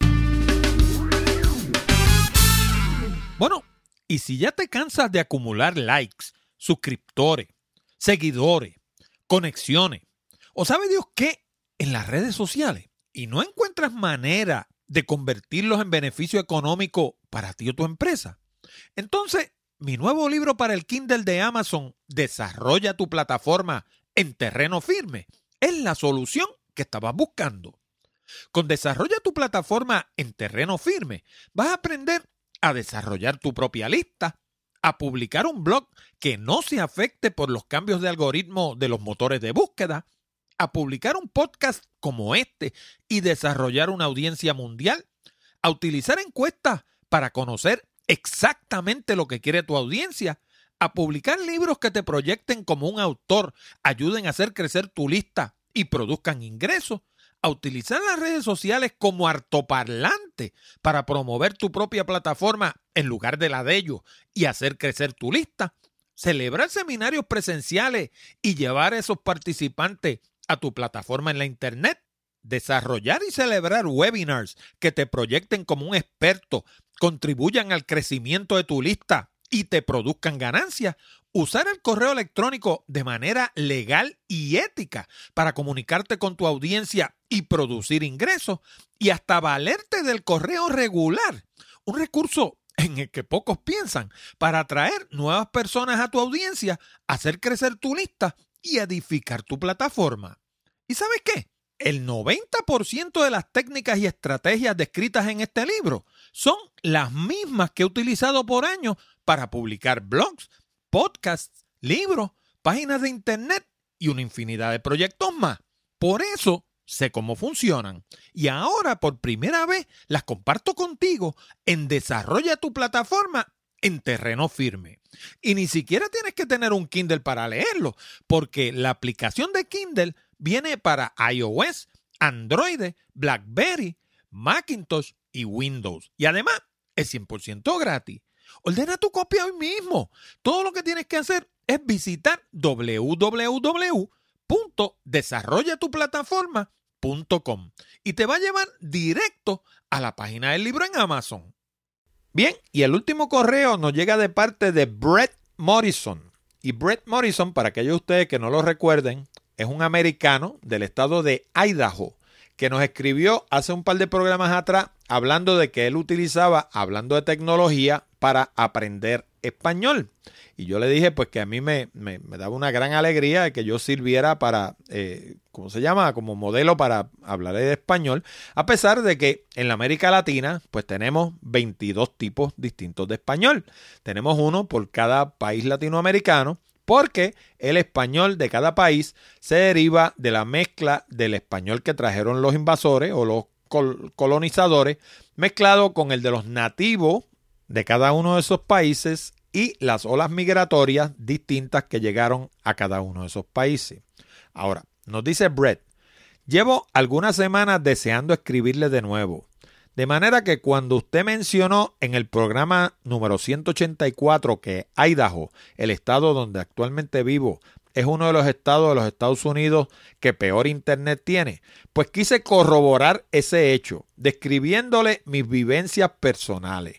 Bueno, y si ya te cansas de acumular likes, suscriptores, seguidores, conexiones, o sabe Dios qué, en las redes sociales, y no encuentras manera de convertirlos en beneficio económico para ti o tu empresa, entonces mi nuevo libro para el Kindle de Amazon, Desarrolla tu plataforma en terreno firme, es la solución que estabas buscando. Con Desarrolla tu plataforma en terreno firme, vas a aprender a desarrollar tu propia lista, a publicar un blog que no se afecte por los cambios de algoritmo de los motores de búsqueda, a publicar un podcast como este y desarrollar una audiencia mundial, a utilizar encuestas para conocer exactamente lo que quiere tu audiencia, a publicar libros que te proyecten como un autor, ayuden a hacer crecer tu lista y produzcan ingresos, a utilizar las redes sociales como altoparlante para promover tu propia plataforma en lugar de la de ellos y hacer crecer tu lista, celebrar seminarios presenciales y llevar a esos participantes a tu plataforma en la internet, desarrollar y celebrar webinars que te proyecten como un experto, contribuyan al crecimiento de tu lista y te produzcan ganancias, usar el correo electrónico de manera legal y ética para comunicarte con tu audiencia y producir ingresos y hasta valerte del correo regular, un recurso en el que pocos piensan para atraer nuevas personas a tu audiencia, hacer crecer tu lista y edificar tu plataforma. ¿Y sabes qué? El noventa por ciento de las técnicas y estrategias descritas en este libro son las mismas que he utilizado por años para publicar blogs, podcasts, libros, páginas de internet y una infinidad de proyectos más. Por eso sé cómo funcionan y ahora por primera vez las comparto contigo en Desarrolla tu plataforma en terreno firme. Y ni siquiera tienes que tener un Kindle para leerlo, porque la aplicación de Kindle viene para iOS, Android, BlackBerry, Macintosh y Windows. Y además es cien por ciento gratis. Ordena tu copia hoy mismo. Todo lo que tienes que hacer es visitar doble u doble u doble u punto desarrolla tu plataforma punto com y te va a llevar directo a la página del libro en Amazon. Bien, y el último correo nos llega de parte de Brett Morrison. Y Brett Morrison, para aquellos de ustedes que no lo recuerden, es un americano del estado de Idaho que nos escribió hace un par de programas atrás hablando de que él utilizaba, hablando de tecnología, para aprender español. Y yo le dije pues que a mí me, me, me daba una gran alegría de que yo sirviera para, eh, ¿cómo se llama? Como modelo para hablar de español, a pesar de que en la América Latina pues tenemos veintidós tipos distintos de español. Tenemos uno por cada país latinoamericano, porque el español de cada país se deriva de la mezcla del español que trajeron los invasores o los col- colonizadores, mezclado con el de los nativos de cada uno de esos países y las olas migratorias distintas que llegaron a cada uno de esos países. Ahora, nos dice Brett, llevo algunas semanas deseando escribirle de nuevo. De manera que cuando usted mencionó en el programa número ciento ochenta y cuatro que Idaho, el estado donde actualmente vivo, es uno de los estados de los Estados Unidos que peor internet tiene, pues quise corroborar ese hecho, describiéndole mis vivencias personales.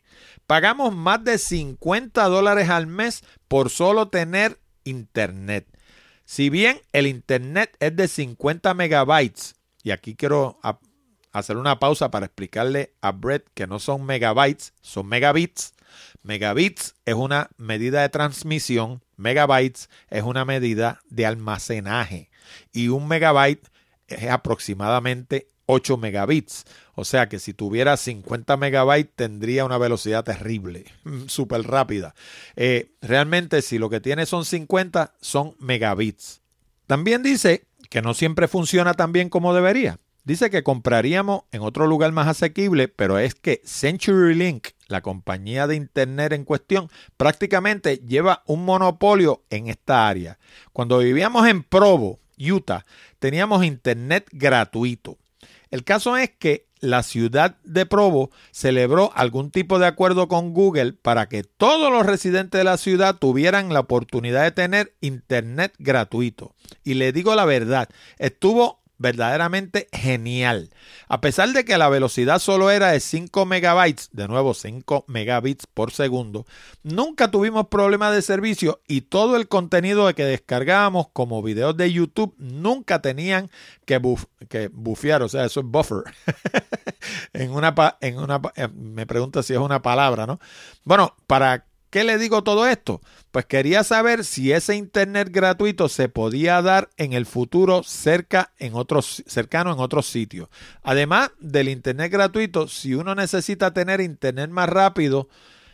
pagamos más de cincuenta dólares al mes por solo tener internet. Si bien el internet es de cincuenta megabytes, y aquí quiero a, hacer una pausa para explicarle a Brett que no son megabytes, son megabits. Megabits es una medida de transmisión, megabytes es una medida de almacenaje y un megabyte es aproximadamente ocho megabits. O sea que si tuviera cincuenta megabytes tendría una velocidad terrible, súper rápida. Eh, realmente si lo que tiene son cincuenta, son megabits. También dice que no siempre funciona tan bien como debería. Dice que compraríamos en otro lugar más asequible, pero es que CenturyLink, la compañía de internet en cuestión, prácticamente lleva un monopolio en esta área. Cuando vivíamos en Provo, Utah, teníamos internet gratuito. El caso es que la ciudad de Provo celebró algún tipo de acuerdo con Google para que todos los residentes de la ciudad tuvieran la oportunidad de tener internet gratuito. Y le digo la verdad, estuvo verdaderamente genial. A pesar de que la velocidad solo era de cinco megabytes, de nuevo cinco megabits por segundo, nunca tuvimos problemas de servicio y todo el contenido que descargábamos como videos de YouTube nunca tenían que, buf, que bufear, o sea, eso es buffer. en una, en una, me pregunta si es una palabra, ¿no? Bueno, para ¿qué le digo todo esto? Pues quería saber si ese internet gratuito se podía dar en el futuro cerca en otros, cercano en otros sitios. Además del internet gratuito, si uno necesita tener internet más rápido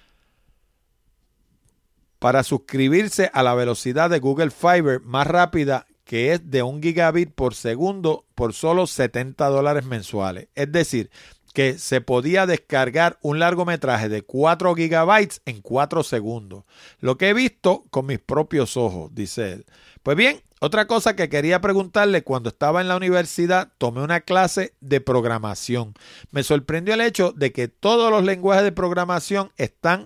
para suscribirse a la velocidad de Google Fiber más rápida, que es de un gigabit por segundo por solo setenta dólares mensuales. Es decir, que se podía descargar un largometraje de cuatro gigabytes en cuatro segundos. Lo que he visto con mis propios ojos, dice él. Pues bien, otra cosa que quería preguntarle, cuando estaba en la universidad tomé una clase de programación. Me sorprendió el hecho de que todos los lenguajes de programación están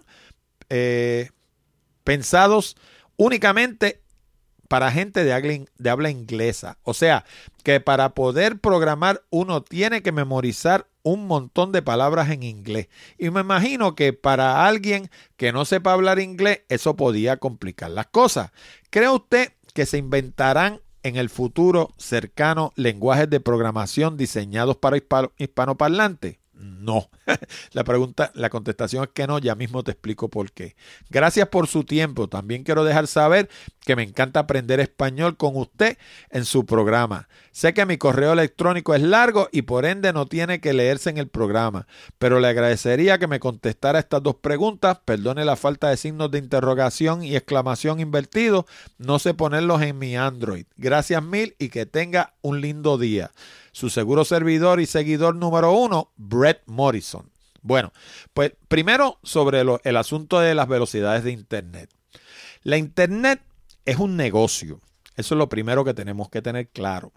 eh, pensados únicamente para gente de habla, de habla inglesa. O sea, que para poder programar uno tiene que memorizar un montón de palabras en inglés. Y me imagino que para alguien que no sepa hablar inglés, eso podía complicar las cosas. ¿Cree usted que se inventarán en el futuro cercano lenguajes de programación diseñados para hispano, hispanoparlantes? No. La pregunta, la contestación es que no, ya mismo te explico por qué. Gracias por su tiempo. También quiero dejar saber que me encanta aprender español con usted en su programa. Sé que mi correo electrónico es largo y por ende no tiene que leerse en el programa, pero le agradecería que me contestara estas dos preguntas. Perdone la falta de signos de interrogación y exclamación invertidos. No sé ponerlos en mi Android. Gracias mil y que tenga un lindo día. Su seguro servidor y seguidor número uno, Brett Morrison. Bueno, pues primero sobre lo, el asunto de las velocidades de Internet. La Internet es un negocio. Eso es lo primero que tenemos que tener claro.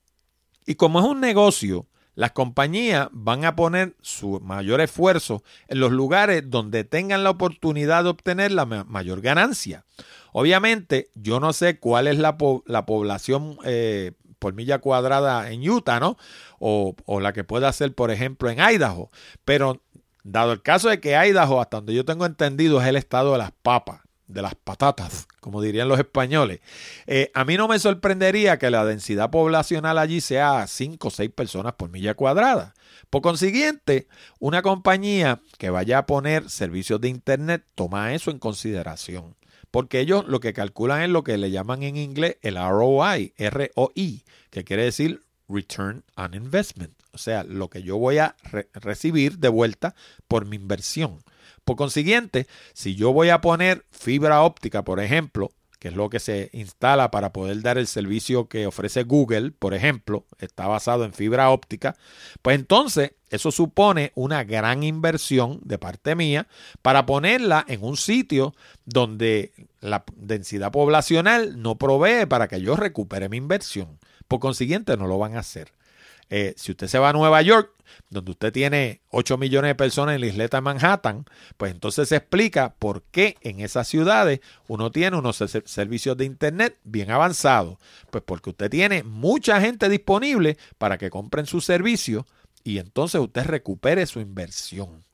Y como es un negocio, las compañías van a poner su mayor esfuerzo en los lugares donde tengan la oportunidad de obtener la mayor ganancia. Obviamente, yo no sé cuál es la, po- la población eh, por milla cuadrada en Utah, ¿no? O, o la que pueda ser, por ejemplo, en Idaho. Pero dado el caso de que Idaho, hasta donde yo tengo entendido, es el estado de las papas, de las patatas, como dirían los españoles, eh, a mí no me sorprendería que la densidad poblacional allí sea cinco o seis personas por milla cuadrada. Por consiguiente, una compañía que vaya a poner servicios de Internet toma eso en consideración. Porque ellos lo que calculan es lo que le llaman en inglés el R O I, R O I, que quiere decir Return on Investment. O sea, lo que yo voy a re- recibir de vuelta por mi inversión. Por consiguiente, si yo voy a poner fibra óptica, por ejemplo, que es lo que se instala para poder dar el servicio que ofrece Google, por ejemplo, está basado en fibra óptica, pues entonces eso supone una gran inversión de parte mía para ponerla en un sitio donde la densidad poblacional no provee para que yo recupere mi inversión. Por consiguiente, no lo van a hacer. Eh, si usted se va a Nueva York, donde usted tiene ocho millones de personas en la isleta de Manhattan, pues entonces se explica por qué en esas ciudades uno tiene unos servicios de Internet bien avanzados. Pues porque usted tiene mucha gente disponible para que compren sus servicios y entonces usted recupere su inversión.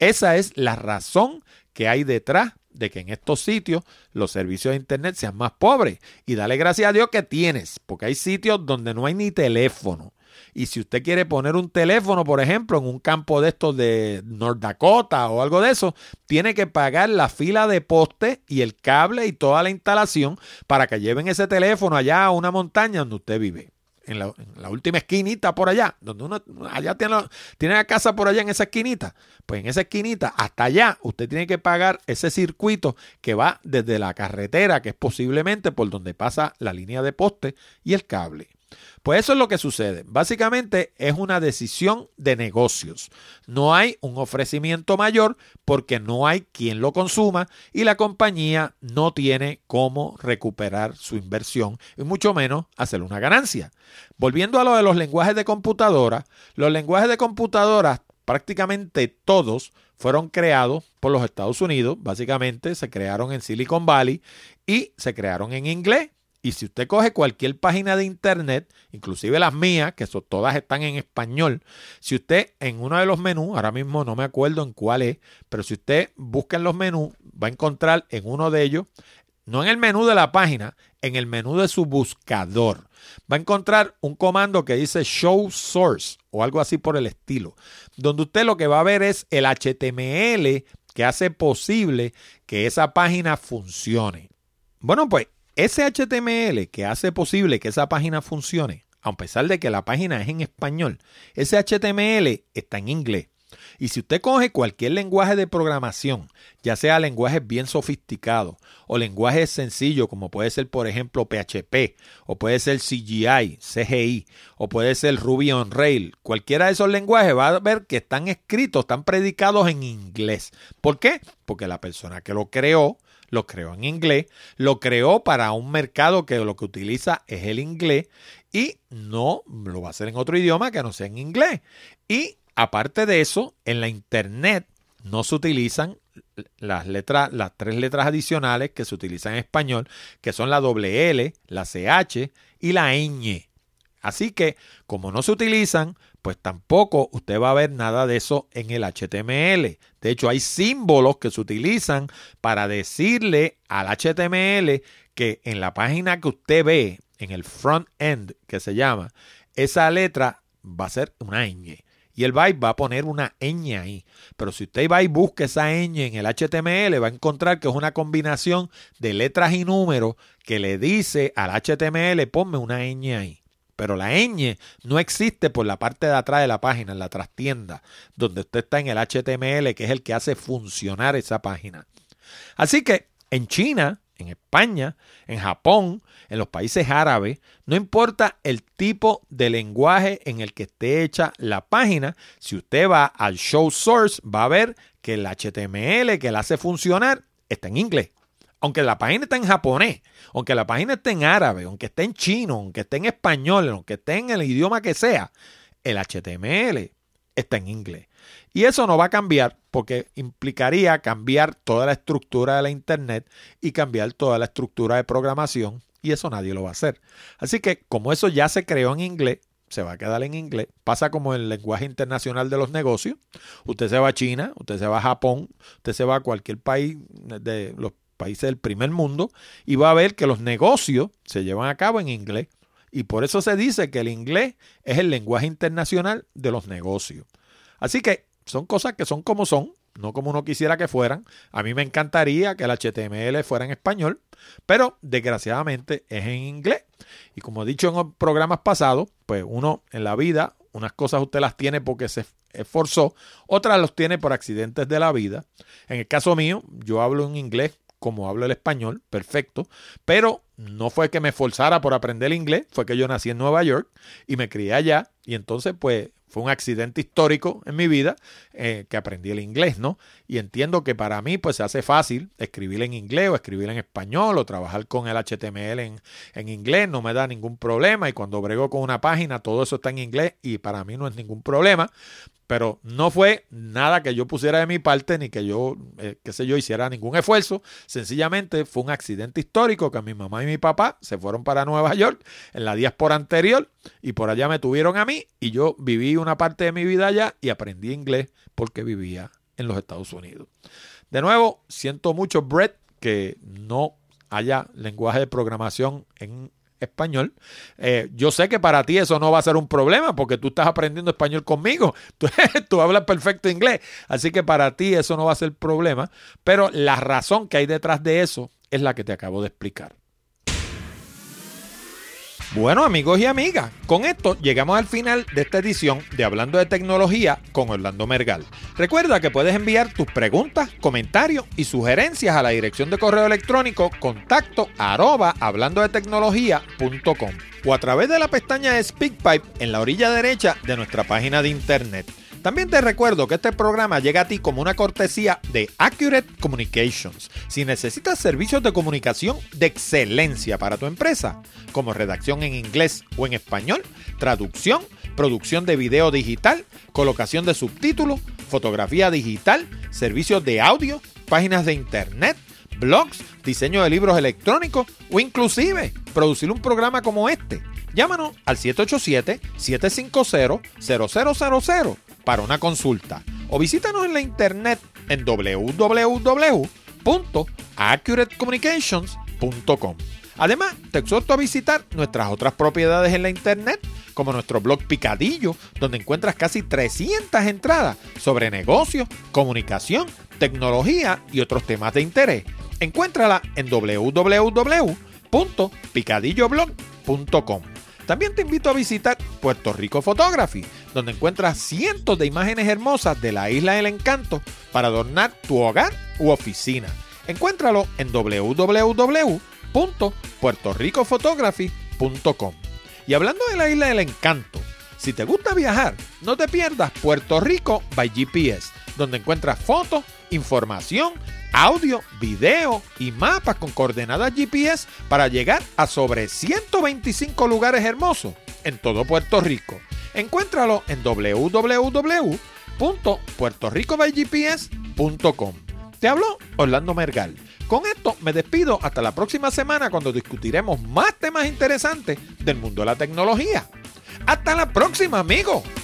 Esa es la razón que hay detrás de que en estos sitios los servicios de internet sean más pobres. Y dale gracias a Dios que tienes, porque hay sitios donde no hay ni teléfono. Y si usted quiere poner un teléfono, por ejemplo, en un campo de estos de North Dakota o algo de eso, tiene que pagar la fila de poste y el cable y toda la instalación para que lleven ese teléfono allá a una montaña donde usted vive. En la, en la última esquinita por allá, donde uno allá tiene, tiene la casa por allá en esa esquinita. Pues en esa esquinita, hasta allá, usted tiene que pagar ese circuito que va desde la carretera, que es posiblemente por donde pasa la línea de poste y el cable. Pues eso es lo que sucede. Básicamente es una decisión de negocios. No hay un ofrecimiento mayor porque no hay quien lo consuma y la compañía no tiene cómo recuperar su inversión y mucho menos hacer una ganancia. Volviendo a lo de los lenguajes de computadora, los lenguajes de computadora prácticamente todos fueron creados por los Estados Unidos. Básicamente se crearon en Silicon Valley y se crearon en inglés. Y si usted coge cualquier página de internet, inclusive las mías, que son, todas están en español, si usted en uno de los menús, ahora mismo no me acuerdo en cuál es, pero si usted busca en los menús, va a encontrar en uno de ellos, no en el menú de la página, en el menú de su buscador, va a encontrar un comando que dice Show Source o algo así por el estilo, donde usted lo que va a ver es el H T M L que hace posible que esa página funcione. Bueno, pues ese H T M L que hace posible que esa página funcione, a pesar de que la página es en español, ese H T M L está en inglés. Y si usted coge cualquier lenguaje de programación, ya sea lenguajes bien sofisticados o lenguajes sencillos como puede ser, por ejemplo, P H P o puede ser C G I, C G I o puede ser Ruby on Rails, cualquiera de esos lenguajes va a ver que están escritos, están predicados en inglés. ¿Por qué? Porque la persona que lo creó lo creó en inglés, lo creó para un mercado que lo que utiliza es el inglés y no lo va a hacer en otro idioma que no sea en inglés. Y aparte de eso, en la internet no se utilizan las letras, las tres letras adicionales que se utilizan en español, que son la doble L, la C H y la ñ. Así que, como no se utilizan, pues tampoco usted va a ver nada de eso en el H T M L. De hecho, hay símbolos que se utilizan para decirle al H T M L que en la página que usted ve, en el front end que se llama, esa letra va a ser una ñ. Y el byte va a poner una ñ ahí. Pero si usted va y busca esa ñ en el H T M L, va a encontrar que es una combinación de letras y números que le dice al H T M L, ponme una ñ ahí. Pero la ñ no existe por la parte de atrás de la página, en la trastienda, donde usted está en el H T M L, que es el que hace funcionar esa página. Así que en China, en España, en Japón, en los países árabes, no importa el tipo de lenguaje en el que esté hecha la página, si usted va al Show Source, va a ver que el H T M L que la hace funcionar está en inglés. Aunque la página está en japonés, aunque la página esté en árabe, aunque esté en chino, aunque esté en español, aunque esté en el idioma que sea, el H T M L está en inglés. Y eso no va a cambiar porque implicaría cambiar toda la estructura de la internet y cambiar toda la estructura de programación y eso nadie lo va a hacer. Así que como eso ya se creó en inglés, se va a quedar en inglés. Pasa como el lenguaje internacional de los negocios. Usted se va a China, usted se va a Japón, usted se va a cualquier país de los países del primer mundo y va a ver que los negocios se llevan a cabo en inglés. Y por eso se dice que el inglés es el lenguaje internacional de los negocios. Así que son cosas que son como son, no como uno quisiera que fueran. A mí me encantaría que el H T M L fuera en español, pero desgraciadamente es en inglés. Y como he dicho en los programas pasados, pues uno en la vida, unas cosas usted las tiene porque se esforzó, otras los tiene por accidentes de la vida. En el caso mío, yo hablo en inglés como hablo el español, perfecto, pero no fue que me esforzara por aprender el inglés, fue que yo nací en Nueva York y me crié allá y entonces pues fue un accidente histórico en mi vida eh, que aprendí el inglés, ¿no? Y entiendo que para mí pues se hace fácil escribir en inglés o escribir en español o trabajar con el H T M L en, en inglés, no me da ningún problema y cuando brego con una página todo eso está en inglés y para mí no es ningún problema. Pero no fue nada que yo pusiera de mi parte ni que yo, eh, qué sé yo, hiciera ningún esfuerzo. Sencillamente fue un accidente histórico que mi mamá y mi papá se fueron para Nueva York en la diáspora anterior y por allá me tuvieron a mí y yo viví una parte de mi vida allá y aprendí inglés porque vivía en los Estados Unidos. De nuevo, siento mucho, Brett, que no haya lenguaje de programación en español. Eh, yo sé que para ti eso no va a ser un problema porque tú estás aprendiendo español conmigo. Tú, tú hablas perfecto inglés. Así que para ti eso no va a ser problema. Pero la razón que hay detrás de eso es la que te acabo de explicar. Bueno, amigos y amigas, con esto llegamos al final de esta edición de Hablando de Tecnología con Orlando Mergal. Recuerda que puedes enviar tus preguntas, comentarios y sugerencias a la dirección de correo electrónico contacto arroba hablando de tecnología punto com o a través de la pestaña de SpeakPipe en la orilla derecha de nuestra página de internet. También te recuerdo que este programa llega a ti como una cortesía de Accurate Communications. Si necesitas servicios de comunicación de excelencia para tu empresa, como redacción en inglés o en español, traducción, producción de video digital, colocación de subtítulos, fotografía digital, servicios de audio, páginas de internet, blogs, diseño de libros electrónicos o inclusive producir un programa como este, llámanos al siete ocho siete, siete cinco cero, cero cero cero cero para una consulta o visítanos en la internet en doble u doble u doble u punto accurate communications punto com. Además, te exhorto a visitar nuestras otras propiedades en la internet, como nuestro blog Picadillo, donde encuentras casi trescientas entradas sobre negocios, comunicación, tecnología y otros temas de interés. Encuéntrala en doble u doble u doble u punto picadillo blog punto com. También te invito a visitar Puerto Rico Photography, donde encuentras cientos de imágenes hermosas de la Isla del Encanto para adornar tu hogar u oficina. Encuéntralo en doble u doble u doble u punto puerto rico photography punto com. Y hablando de la Isla del Encanto, si te gusta viajar, no te pierdas Puerto Rico by G P S, donde encuentras fotos, información, audio, video y mapas con coordenadas G P S para llegar a sobre ciento veinticinco lugares hermosos en todo Puerto Rico. Encuéntralo en doble u doble u doble u punto puerto rico by g p s punto com. Te habló Orlando Mergal. Con esto me despido hasta la próxima semana cuando discutiremos más temas interesantes del mundo de la tecnología. ¡Hasta la próxima, amigos!